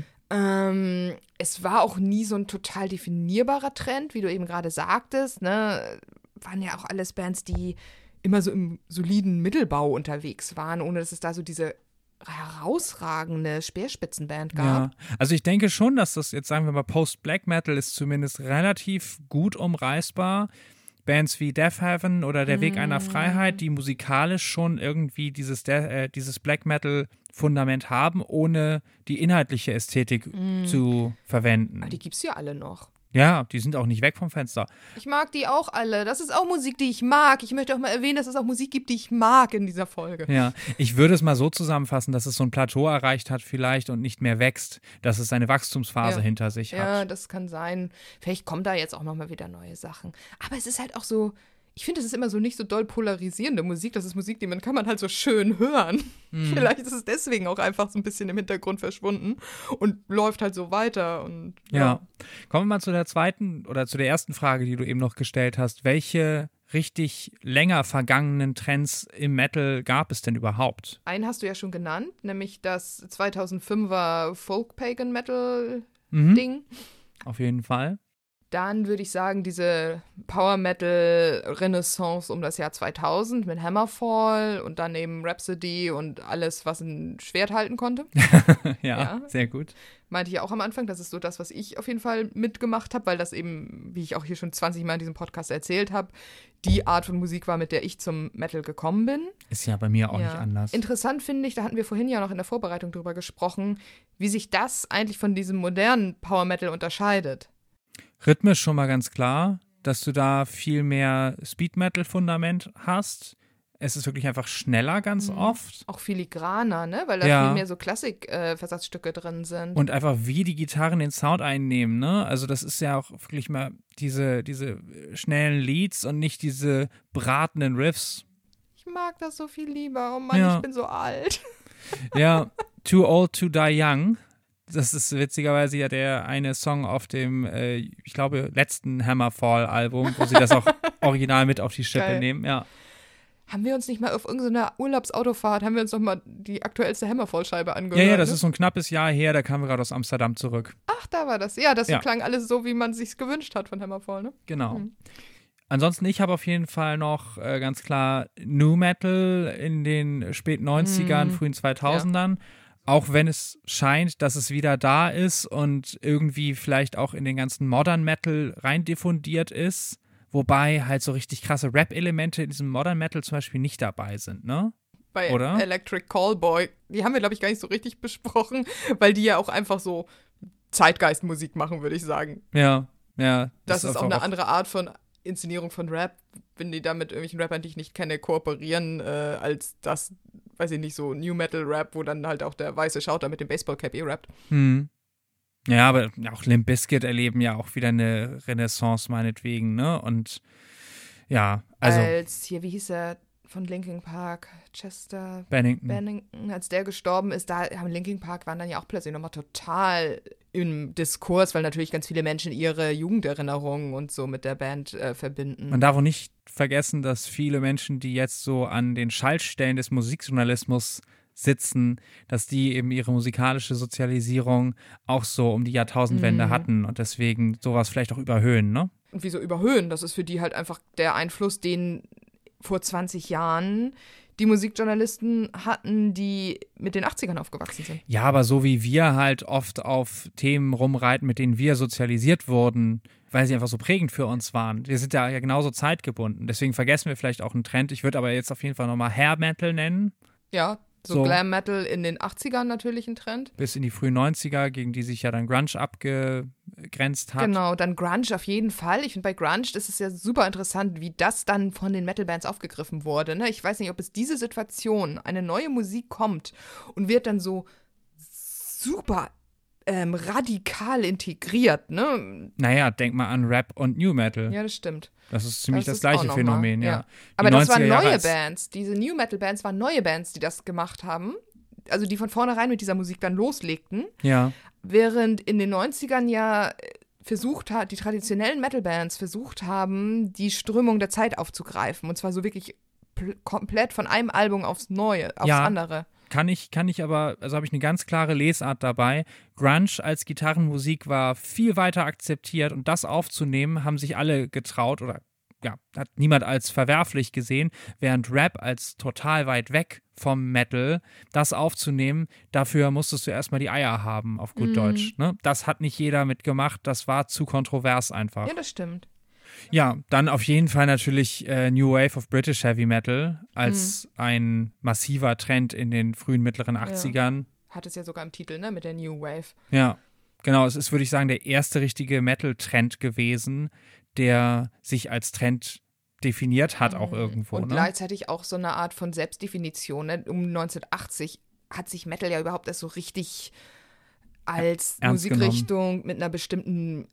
Es war auch nie so ein total definierbarer Trend, wie du eben gerade sagtest, ne? Waren ja auch alles Bands, die immer so im soliden Mittelbau unterwegs waren, ohne dass es da so diese herausragende Speerspitzenband gab. Ja, also ich denke schon, dass das jetzt, sagen wir mal, Post-Black Metal ist zumindest relativ gut umreißbar. Bands wie Death Heaven oder Der Weg einer Freiheit, die musikalisch schon irgendwie dieses Black Metal-Fundament haben, ohne die inhaltliche Ästhetik zu verwenden. Aber die gibt's ja alle noch. Ja, die sind auch nicht weg vom Fenster. Ich mag die auch alle. Das ist auch Musik, die ich mag. Ich möchte auch mal erwähnen, dass es auch Musik gibt, die ich mag in dieser Folge. Ja, ich würde es mal so zusammenfassen, dass es so ein Plateau erreicht hat vielleicht und nicht mehr wächst, dass es eine Wachstumsphase hinter sich hat. Ja, das kann sein. Vielleicht kommen da jetzt auch nochmal wieder neue Sachen. Aber es ist halt auch so, ich finde, es ist immer so nicht so doll polarisierende Musik. Das ist Musik, die kann man halt so schön hören. Vielleicht ist es deswegen auch einfach so ein bisschen im Hintergrund verschwunden und läuft halt so weiter. Und ja. Kommen wir mal zu der zweiten oder zu der ersten Frage, die du eben noch gestellt hast. Welche richtig länger vergangenen Trends im Metal gab es denn überhaupt? Einen hast du ja schon genannt, nämlich das 2005er Folk-Pagan-Metal-Ding. Auf jeden Fall. Dann würde ich sagen, diese Power-Metal-Renaissance um das Jahr 2000 mit Hammerfall und dann eben Rhapsody und alles, was ein Schwert halten konnte. ja, sehr gut. Meinte ich ja auch am Anfang, das ist so das, was ich auf jeden Fall mitgemacht habe, weil das eben, wie ich auch hier schon 20 Mal in diesem Podcast erzählt habe, die Art von Musik war, mit der ich zum Metal gekommen bin. Ist ja bei mir auch nicht anders. Interessant finde ich, da hatten wir vorhin ja noch in der Vorbereitung drüber gesprochen, wie sich das eigentlich von diesem modernen Power-Metal unterscheidet. Rhythmisch schon mal ganz klar, dass du da viel mehr Speed-Metal-Fundament hast. Es ist wirklich einfach schneller ganz oft. Auch filigraner, ne? Weil da viel mehr so Klassik-Versatzstücke drin sind. Und einfach wie die Gitarren den Sound einnehmen, ne? Also das ist ja auch wirklich mal diese schnellen Leads und nicht diese bratenden Riffs. Ich mag das so viel lieber. Oh Mann, ich bin so alt. Ja, Too Old to Die Young. Das ist witzigerweise ja der eine Song auf dem, ich glaube, letzten Hammerfall-Album, wo sie das auch original mit auf die Schippe nehmen, ja. Haben wir uns nicht mal auf irgendeiner Urlaubsautofahrt, haben wir uns noch mal die aktuellste Hammerfall-Scheibe angehört? Ja, das ist so ein knappes Jahr her, da kamen wir gerade aus Amsterdam zurück. Ach, da war das. Ja, das klang alles so, wie man sich's gewünscht hat von Hammerfall, ne? Genau. Ansonsten, ich habe auf jeden Fall noch ganz klar Nu Metal in den späten 90ern, frühen 2000ern. Auch wenn es scheint, dass es wieder da ist und irgendwie vielleicht auch in den ganzen Modern Metal rein diffundiert ist, wobei halt so richtig krasse Rap-Elemente in diesem Modern Metal zum Beispiel nicht dabei sind, ne? Bei Oder? Electric Callboy, die haben wir, glaube ich, gar nicht so richtig besprochen, weil die ja auch einfach so Zeitgeistmusik machen, würde ich sagen. Ja. Das ist auch eine andere Art von Inszenierung von Rap, wenn die da mit irgendwelchen Rappern, die ich nicht kenne, kooperieren, als das, weiß ich nicht, so New Metal Rap, wo dann halt auch der weiße Schauter mit dem Baseballcap rappt. Ja, aber auch Limp Bizkit erleben ja auch wieder eine Renaissance meinetwegen, ne? Und ja, also. Als hier, wie hieß er, von Linkin Park, Chester Bennington, als der gestorben ist, da haben Linkin Park waren dann ja auch plötzlich nochmal total im Diskurs, weil natürlich ganz viele Menschen ihre Jugenderinnerungen und so mit der Band verbinden. Man darf auch nicht vergessen, dass viele Menschen, die jetzt so an den Schaltstellen des Musikjournalismus sitzen, dass die eben ihre musikalische Sozialisierung auch so um die Jahrtausendwende hatten und deswegen sowas vielleicht auch überhöhen, ne? Und wieso überhöhen? Das ist für die halt einfach der Einfluss, den vor 20 Jahren die Musikjournalisten hatten, die mit den 80ern aufgewachsen sind. Ja, aber so wie wir halt oft auf Themen rumreiten, mit denen wir sozialisiert wurden, weil sie einfach so prägend für uns waren. Wir sind ja genauso zeitgebunden. Deswegen vergessen wir vielleicht auch einen Trend. Ich würde aber jetzt auf jeden Fall nochmal Hair Metal nennen. Ja, so Glam Metal in den 80ern natürlich ein Trend. Bis in die frühen 90er, gegen die sich ja dann Grunge abgegrenzt hat. Genau, dann Grunge auf jeden Fall. Ich finde, bei Grunge ist es ja super interessant, wie das dann von den Metal-Bands aufgegriffen wurde. Ne? Ich weiß nicht, ob es diese Situation, eine neue Musik kommt und wird dann so super radikal integriert. Ne? Naja, denk mal an Rap und New Metal. Ja, das stimmt. Das ist ziemlich das gleiche Phänomen, ja. Aber das waren neue Bands. Diese New Metal Bands waren neue Bands, die das gemacht haben. Also die von vornherein mit dieser Musik dann loslegten. Ja. Während in den 90ern ja die traditionellen Metal Bands versucht haben, die Strömung der Zeit aufzugreifen. Und zwar so wirklich komplett von einem Album aufs andere. Kann ich aber, also habe ich eine ganz klare Lesart dabei. Grunge als Gitarrenmusik war viel weiter akzeptiert und das aufzunehmen, haben sich alle getraut oder ja, hat niemand als verwerflich gesehen, während Rap als total weit weg vom Metal, das aufzunehmen, dafür musstest du erstmal die Eier haben, auf gut Deutsch. Ne? Das hat nicht jeder mitgemacht, das war zu kontrovers einfach. Ja, das stimmt. Ja, dann auf jeden Fall natürlich New Wave of British Heavy Metal als ein massiver Trend in den frühen, mittleren 80ern. Ja. Hat es ja sogar im Titel, ne, mit der New Wave. Ja, genau. Es ist, würde ich sagen, der erste richtige Metal-Trend gewesen, der sich als Trend definiert hat auch irgendwo. Und gleichzeitig auch so eine Art von Selbstdefinition. Ne? Um 1980 hat sich Metal ja überhaupt erst so richtig als Musikrichtung mit einer bestimmten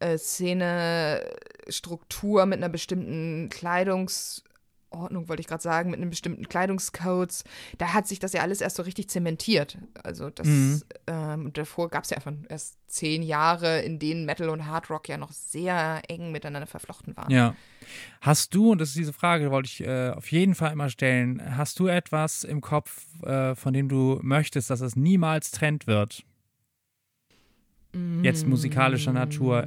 Szenestruktur, mit einer bestimmten Kleidungsordnung, wollte ich gerade sagen, mit einem bestimmten Kleidungscodes, da hat sich das ja alles erst so richtig zementiert. Also das, davor gab es ja einfach erst 10 Jahre, in denen Metal und Hardrock ja noch sehr eng miteinander verflochten waren. Ja. Hast du, und das ist diese Frage, die wollte ich auf jeden Fall immer stellen, hast du etwas im Kopf, von dem du möchtest, dass es niemals Trend wird? Jetzt musikalischer Natur.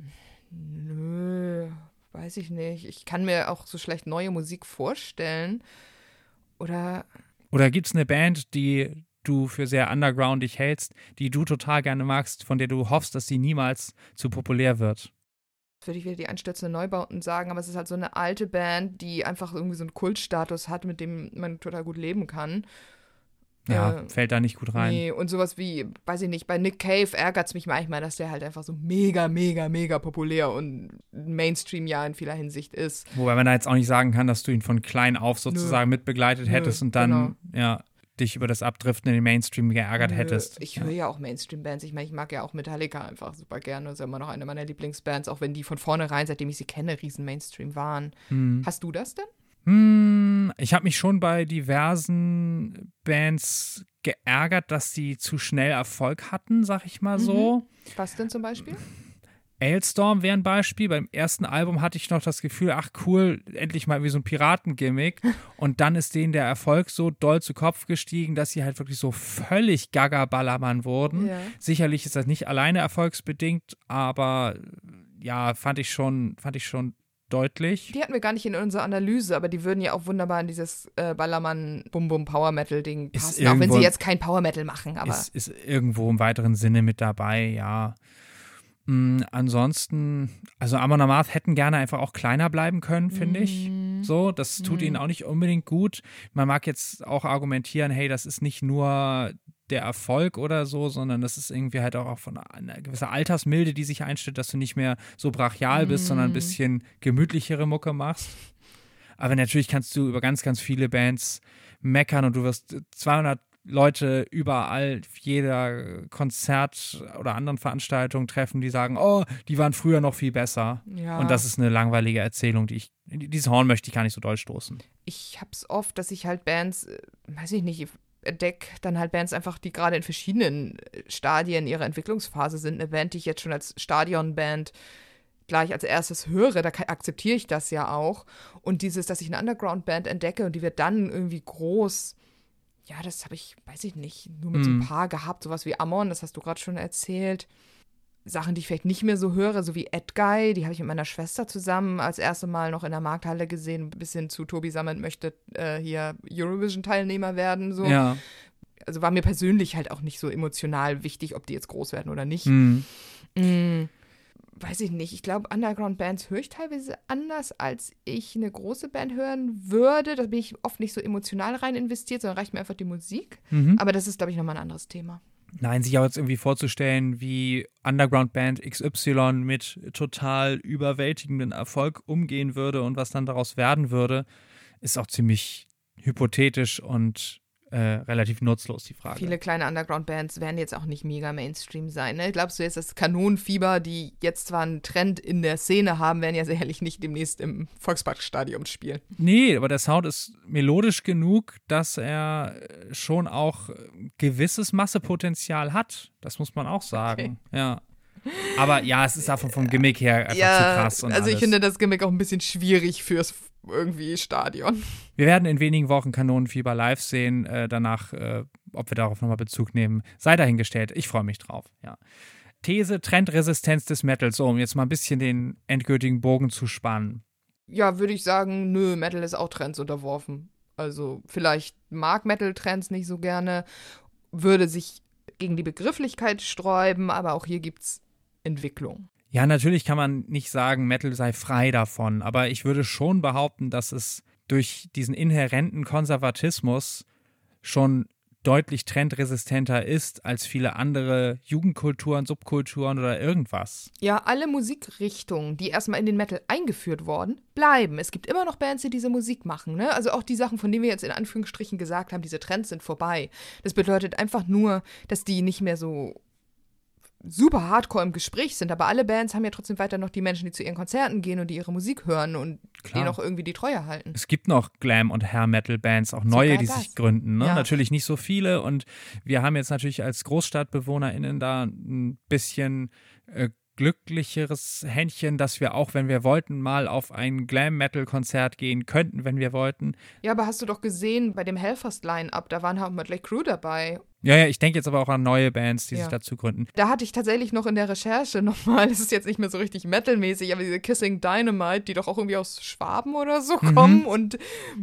Nö, weiß ich nicht. Ich kann mir auch so schlecht neue Musik vorstellen. Oder gibt es eine Band, die du für sehr undergroundig hältst, die du total gerne magst, von der du hoffst, dass sie niemals zu populär wird? Würde ich wieder die einstürzenden Neubauten sagen, aber es ist halt so eine alte Band, die einfach irgendwie so einen Kultstatus hat, mit dem man total gut leben kann. Ja, fällt da nicht gut rein. Nee, und sowas wie, weiß ich nicht, bei Nick Cave ärgert es mich manchmal, dass der halt einfach so mega, mega, mega populär und Mainstream ja in vieler Hinsicht ist. Wobei man da jetzt auch nicht sagen kann, dass du ihn von klein auf sozusagen mitbegleitet hättest und dann dich über das Abdriften in den Mainstream geärgert hättest. Ich höre ja auch Mainstream-Bands. Ich meine, ich mag ja auch Metallica einfach super gerne. Das ist ja immer noch eine meiner Lieblingsbands, auch wenn die von vornherein, seitdem ich sie kenne, riesen Mainstream waren. Hast du das denn? Ich habe mich schon bei diversen Bands geärgert, dass sie zu schnell Erfolg hatten, sag ich mal so. Was denn zum Beispiel? Ailstorm wäre ein Beispiel. Beim ersten Album hatte ich noch das Gefühl, ach cool, endlich mal wie so ein Piratengimmick. Und dann ist denen der Erfolg so doll zu Kopf gestiegen, dass sie halt wirklich so völlig Gaga-Ballermann wurden. Ja. Sicherlich ist das nicht alleine erfolgsbedingt, aber ja, fand ich schon deutlich. Die hatten wir gar nicht in unserer Analyse, aber die würden ja auch wunderbar in dieses Ballermann-Bum-Bum-Power-Metal-Ding passen, auch wenn sie jetzt kein Power-Metal machen. Aber ist irgendwo im weiteren Sinne mit dabei, ja. Ansonsten, also Amon Amarth hätten gerne einfach auch kleiner bleiben können, finde ich. So, das tut ihnen auch nicht unbedingt gut. Man mag jetzt auch argumentieren, hey, das ist nicht nur der Erfolg oder so, sondern das ist irgendwie halt auch von einer gewissen Altersmilde, die sich einstellt, dass du nicht mehr so brachial bist, sondern ein bisschen gemütlichere Mucke machst. Aber natürlich kannst du über ganz, ganz viele Bands meckern und du wirst 200 Leute überall, jeder Konzert oder anderen Veranstaltung treffen, die sagen, oh, die waren früher noch viel besser. Ja. Und das ist eine langweilige Erzählung, dieses Horn möchte ich gar nicht so doll stoßen. Ich hab's oft, dass ich halt Bands, weiß ich nicht, entdecke dann halt Bands einfach, die gerade in verschiedenen Stadien ihrer Entwicklungsphase sind. Eine Band, die ich jetzt schon als Stadionband gleich als erstes höre, da akzeptiere ich das ja auch. Und dass ich eine Underground-Band entdecke und die wird dann irgendwie groß. Ja, das habe ich, weiß ich nicht, nur mit so ein paar gehabt. Sowas wie Amon, das hast du gerade schon erzählt. Sachen, die ich vielleicht nicht mehr so höre, so wie Edguy, die habe ich mit meiner Schwester zusammen als erste Mal noch in der Markthalle gesehen, bis hin zu Tobi Sammet möchte hier Eurovision-Teilnehmer werden. So. Ja. Also war mir persönlich halt auch nicht so emotional wichtig, ob die jetzt groß werden oder nicht. Weiß ich nicht. Ich glaube, Underground-Bands höre ich teilweise anders, als ich eine große Band hören würde. Da bin ich oft nicht so emotional rein investiert, sondern reicht mir einfach die Musik. Aber das ist, glaube ich, nochmal ein anderes Thema. Nein, sich auch jetzt irgendwie vorzustellen, wie Underground-Band XY mit total überwältigenden Erfolg umgehen würde und was dann daraus werden würde, ist auch ziemlich hypothetisch und relativ nutzlos, die Frage. Viele kleine Underground-Bands werden jetzt auch nicht mega Mainstream sein. Ne? Glaubst du jetzt, dass Kanonenfieber, die jetzt zwar einen Trend in der Szene haben, werden ja sicherlich nicht demnächst im Volksparkstadion spielen? Nee, aber der Sound ist melodisch genug, dass er schon auch gewisses Massepotenzial hat. Das muss man auch sagen. Okay. Ja. Aber ja, es ist davon vom Gimmick her einfach zu krass. Und also ich finde das Gimmick auch ein bisschen schwierig fürs irgendwie Stadion. Wir werden in wenigen Wochen Kanonenfieber live sehen. Danach, ob wir darauf nochmal Bezug nehmen, sei dahingestellt. Ich freue mich drauf. Ja. These: Trendresistenz des Metals. So, um jetzt mal ein bisschen den endgültigen Bogen zu spannen. Ja, würde ich sagen, nö, Metal ist auch Trends unterworfen. Also vielleicht mag Metal Trends nicht so gerne, würde sich gegen die Begrifflichkeit sträuben, aber auch hier gibt's Entwicklung. Ja, natürlich kann man nicht sagen, Metal sei frei davon, aber ich würde schon behaupten, dass es durch diesen inhärenten Konservatismus schon deutlich trendresistenter ist als viele andere Jugendkulturen, Subkulturen oder irgendwas. Ja, alle Musikrichtungen, die erstmal in den Metal eingeführt wurden, bleiben. Es gibt immer noch Bands, die diese Musik machen, ne? Also auch die Sachen, von denen wir jetzt in Anführungsstrichen gesagt haben, diese Trends sind vorbei. Das bedeutet einfach nur, dass die nicht mehr so super hardcore im Gespräch sind, aber alle Bands haben ja trotzdem weiter noch die Menschen, die zu ihren Konzerten gehen und die ihre Musik hören und denen auch irgendwie die Treue halten. Es gibt noch Glam- und Hair-Metal-Bands, auch neue, die sich gründen. Ne? Ja. Natürlich nicht so viele und wir haben jetzt natürlich als GroßstadtbewohnerInnen da ein bisschen glücklicheres Händchen, dass wir auch, wenn wir wollten, mal auf ein Glam-Metal-Konzert gehen könnten, wenn wir wollten. Ja, aber hast du doch gesehen, bei dem Hellfest-Line-Up, da waren halt Mötley Crüe dabei. Ja, ich denke jetzt aber auch an neue Bands, die sich dazu gründen. Da hatte ich tatsächlich noch in der Recherche nochmal, das ist jetzt nicht mehr so richtig Metal-mäßig, aber diese Kissing Dynamite, die doch auch irgendwie aus Schwaben oder so kommen und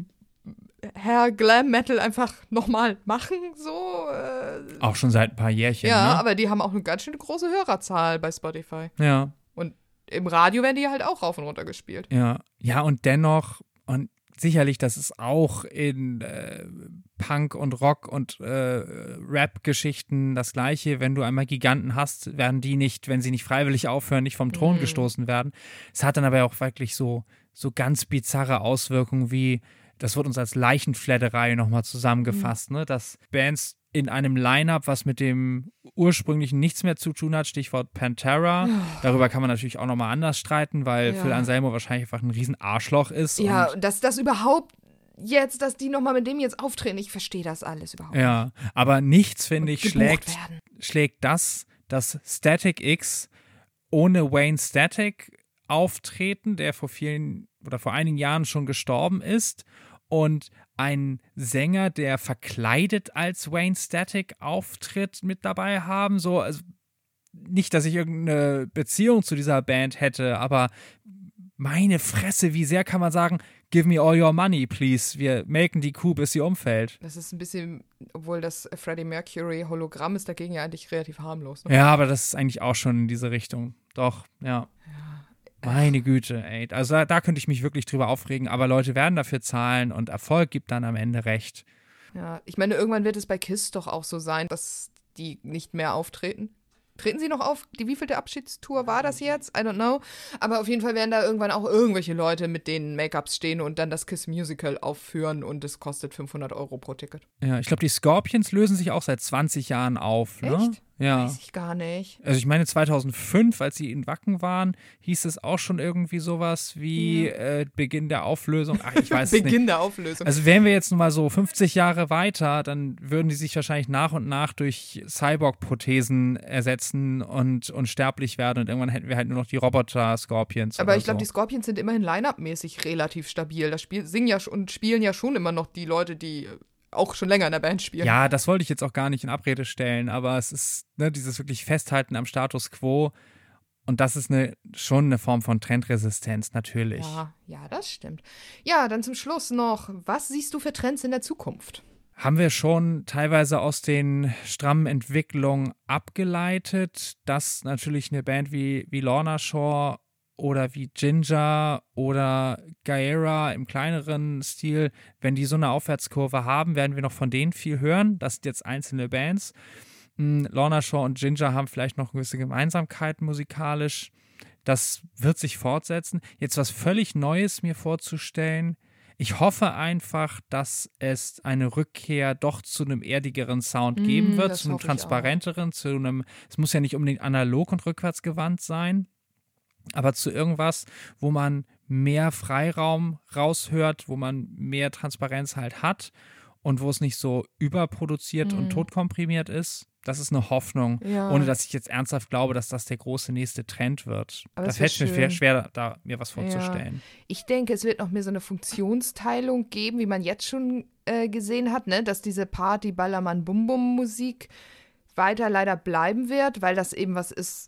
Herr Glam Metal einfach nochmal machen, so. Auch schon seit ein paar Jährchen, ja, ne? aber die haben auch eine ganz schön große Hörerzahl bei Spotify. Ja. Und im Radio werden die halt auch rauf und runter gespielt. Ja, ja und dennoch, und sicherlich, das ist auch in Punk und Rock und Rap-Geschichten das Gleiche. Wenn du einmal Giganten hast, werden die nicht, wenn sie nicht freiwillig aufhören, nicht vom Thron gestoßen werden. Es hat dann aber auch wirklich so ganz bizarre Auswirkungen wie, das wird uns als Leichenfledderei nochmal zusammengefasst, ne? Dass Bands in einem Line-Up, was mit dem ursprünglichen nichts mehr zu tun hat, Stichwort Pantera. Darüber kann man natürlich auch nochmal anders streiten, weil Phil Anselmo wahrscheinlich einfach ein riesen Arschloch ist. Ja, und dass das überhaupt jetzt, dass die nochmal mit dem jetzt auftreten, ich verstehe das alles überhaupt nicht. Ja, aber nichts, finde ich, schlägt das, dass Static X ohne Wayne Static auftreten, der vor einigen Jahren schon gestorben ist, und ein Sänger, der verkleidet als Wayne Static auftritt, mit dabei haben. So, also nicht, dass ich irgendeine Beziehung zu dieser Band hätte, aber meine Fresse, wie sehr kann man sagen, give me all your money, please. Wir melken die Kuh, bis sie umfällt. Das ist ein bisschen, obwohl das Freddie Mercury Hologramm ist, dagegen ja eigentlich relativ harmlos. Ne? Ja, aber das ist eigentlich auch schon in diese Richtung. Doch, ja. Meine Güte, ey. Also da könnte ich mich wirklich drüber aufregen, aber Leute werden dafür zahlen und Erfolg gibt dann am Ende recht. Ja, ich meine, irgendwann wird es bei KISS doch auch so sein, dass die nicht mehr auftreten. Treten sie noch auf? Die wievielte Abschiedstour war das jetzt? I don't know. Aber auf jeden Fall werden da irgendwann auch irgendwelche Leute mit denen Make-ups stehen und dann das Kiss Musical aufführen und es kostet 500 € pro Ticket. Ja, ich glaube, die Scorpions lösen sich auch seit 20 Jahren auf. Ne? Echt? Ja. Weiß ich gar nicht. Also ich meine 2005, als sie in Wacken waren, hieß es auch schon irgendwie sowas wie Beginn der Auflösung. Ach, ich weiß es nicht. Beginn der Auflösung. Also wären wir jetzt nun mal so 50 Jahre weiter, dann würden die sich wahrscheinlich nach und nach durch Cyborg-Prothesen ersetzen und unsterblich werden und irgendwann hätten wir halt nur noch die Roboter-Scorpions. Aber oder ich glaube, so. die Scorpions sind immerhin line-up-mäßig relativ stabil. Da singen ja und spielen ja schon immer noch die Leute, die auch schon länger in der Band spielen. Ja, das wollte ich jetzt auch gar nicht in Abrede stellen, aber es ist dieses wirklich Festhalten am Status quo und das ist schon eine Form von Trendresistenz, natürlich. Ja, das stimmt. Ja, dann zum Schluss noch, was siehst du für Trends in der Zukunft? Haben wir schon teilweise aus den strammen Entwicklungen abgeleitet, dass natürlich eine Band wie Lorna Shore oder wie Ginger oder Gaera im kleineren Stil, wenn die so eine Aufwärtskurve haben, werden wir noch von denen viel hören. Das sind jetzt einzelne Bands. Lorna Shore und Ginger haben vielleicht noch gewisse Gemeinsamkeiten musikalisch. Das wird sich fortsetzen. Jetzt was völlig Neues mir vorzustellen. Ich hoffe einfach, dass es eine Rückkehr doch zu einem erdigeren Sound geben wird, zu einem transparenteren, es muss ja nicht unbedingt analog und rückwärtsgewandt sein, aber zu irgendwas, wo man mehr Freiraum raushört, wo man mehr Transparenz halt hat und wo es nicht so überproduziert und totkomprimiert ist. Das ist eine Hoffnung, ohne dass ich jetzt ernsthaft glaube, dass das der große nächste Trend wird. Da fällt es mir schwer, da mir was vorzustellen. Ich denke, es wird noch mehr so eine Funktionsteilung geben, wie man jetzt schon gesehen hat, ne? Dass diese Party, Ballermann, Bum-Bum-Musik weiter leider bleiben wird, weil das eben was ist,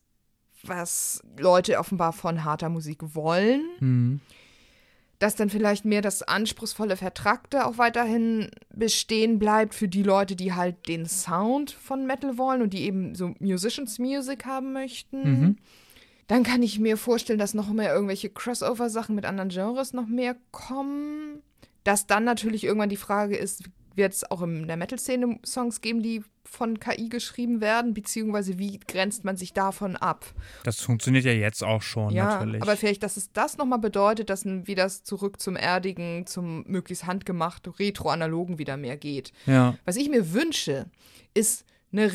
was Leute offenbar von harter Musik wollen. Mhm. Dass dann vielleicht mehr das anspruchsvolle Vertrackte auch weiterhin bestehen bleibt für die Leute, die halt den Sound von Metal wollen und die eben so Musicians Music haben möchten. Mhm. Dann kann ich mir vorstellen, dass noch mehr irgendwelche Crossover-Sachen mit anderen Genres noch mehr kommen. Dass dann natürlich irgendwann die Frage ist, wird es auch in der Metal-Szene Songs geben, die von KI geschrieben werden, beziehungsweise wie grenzt man sich davon ab? Das funktioniert ja jetzt auch schon, natürlich. Aber vielleicht, dass es das nochmal bedeutet, dass wieder zurück zum Erdigen, zum möglichst handgemacht, retro-analogen wieder mehr geht. Ja. Was ich mir wünsche, ist eine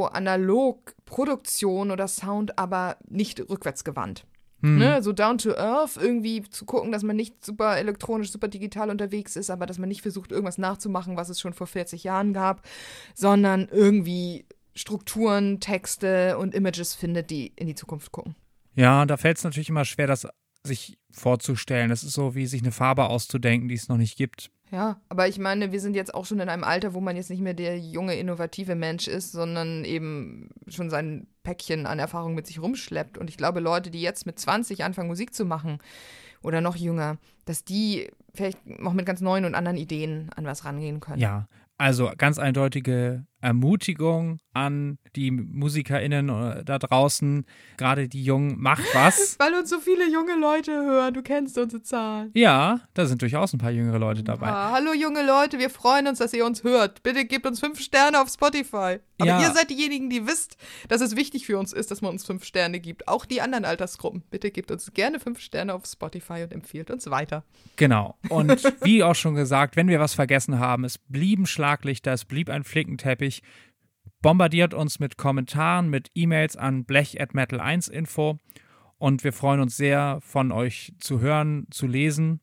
retro-analog-Produktion oder Sound, aber nicht rückwärtsgewandt. Ne, so down to earth, irgendwie zu gucken, dass man nicht super elektronisch, super digital unterwegs ist, aber dass man nicht versucht, irgendwas nachzumachen, was es schon vor 40 Jahren gab, sondern irgendwie Strukturen, Texte und Images findet, die in die Zukunft gucken. Ja, da fällt es natürlich immer schwer, das sich vorzustellen. Das ist so, wie sich eine Farbe auszudenken, die es noch nicht gibt. Ja, aber ich meine, wir sind jetzt auch schon in einem Alter, wo man jetzt nicht mehr der junge, innovative Mensch ist, sondern eben schon sein Päckchen an Erfahrung mit sich rumschleppt. Und ich glaube, Leute, die jetzt mit 20 anfangen, Musik zu machen oder noch jünger, dass die vielleicht noch mit ganz neuen und anderen Ideen an was rangehen können. Ja, also ganz eindeutige Ermutigung an die MusikerInnen da draußen, gerade die Jungen, macht was. Weil uns so viele junge Leute hören, du kennst unsere Zahlen. Ja, da sind durchaus ein paar jüngere Leute dabei. Hallo junge Leute, wir freuen uns, dass ihr uns hört. Bitte gebt uns 5 Sterne auf Spotify. Aber ihr seid diejenigen, die wisst, dass es wichtig für uns ist, dass man uns 5 Sterne gibt. Auch die anderen Altersgruppen. Bitte gebt uns gerne 5 Sterne auf Spotify und empfiehlt uns weiter. Genau. Und wie auch schon gesagt, wenn wir was vergessen haben, es blieben Schlaglichter, es blieb ein Flickenteppich. Bombardiert uns mit Kommentaren, mit E-Mails an blech@metal1info und wir freuen uns sehr, von euch zu hören, zu lesen.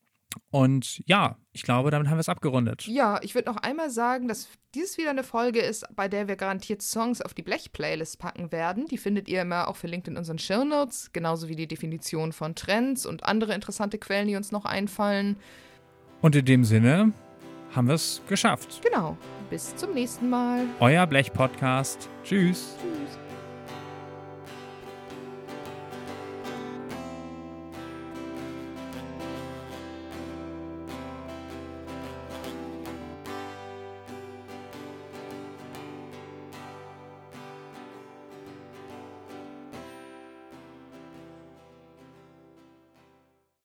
Und ja, ich glaube, damit haben wir es abgerundet. Ja, ich würde noch einmal sagen, dass dies wieder eine Folge ist, bei der wir garantiert Songs auf die Blech-Playlist packen werden. Die findet ihr immer auch verlinkt in unseren Shownotes, genauso wie die Definition von Trends und andere interessante Quellen, die uns noch einfallen. Und in dem Sinne haben wir es geschafft. Genau. Bis zum nächsten Mal. Euer Blech-Podcast. Tschüss. Tschüss.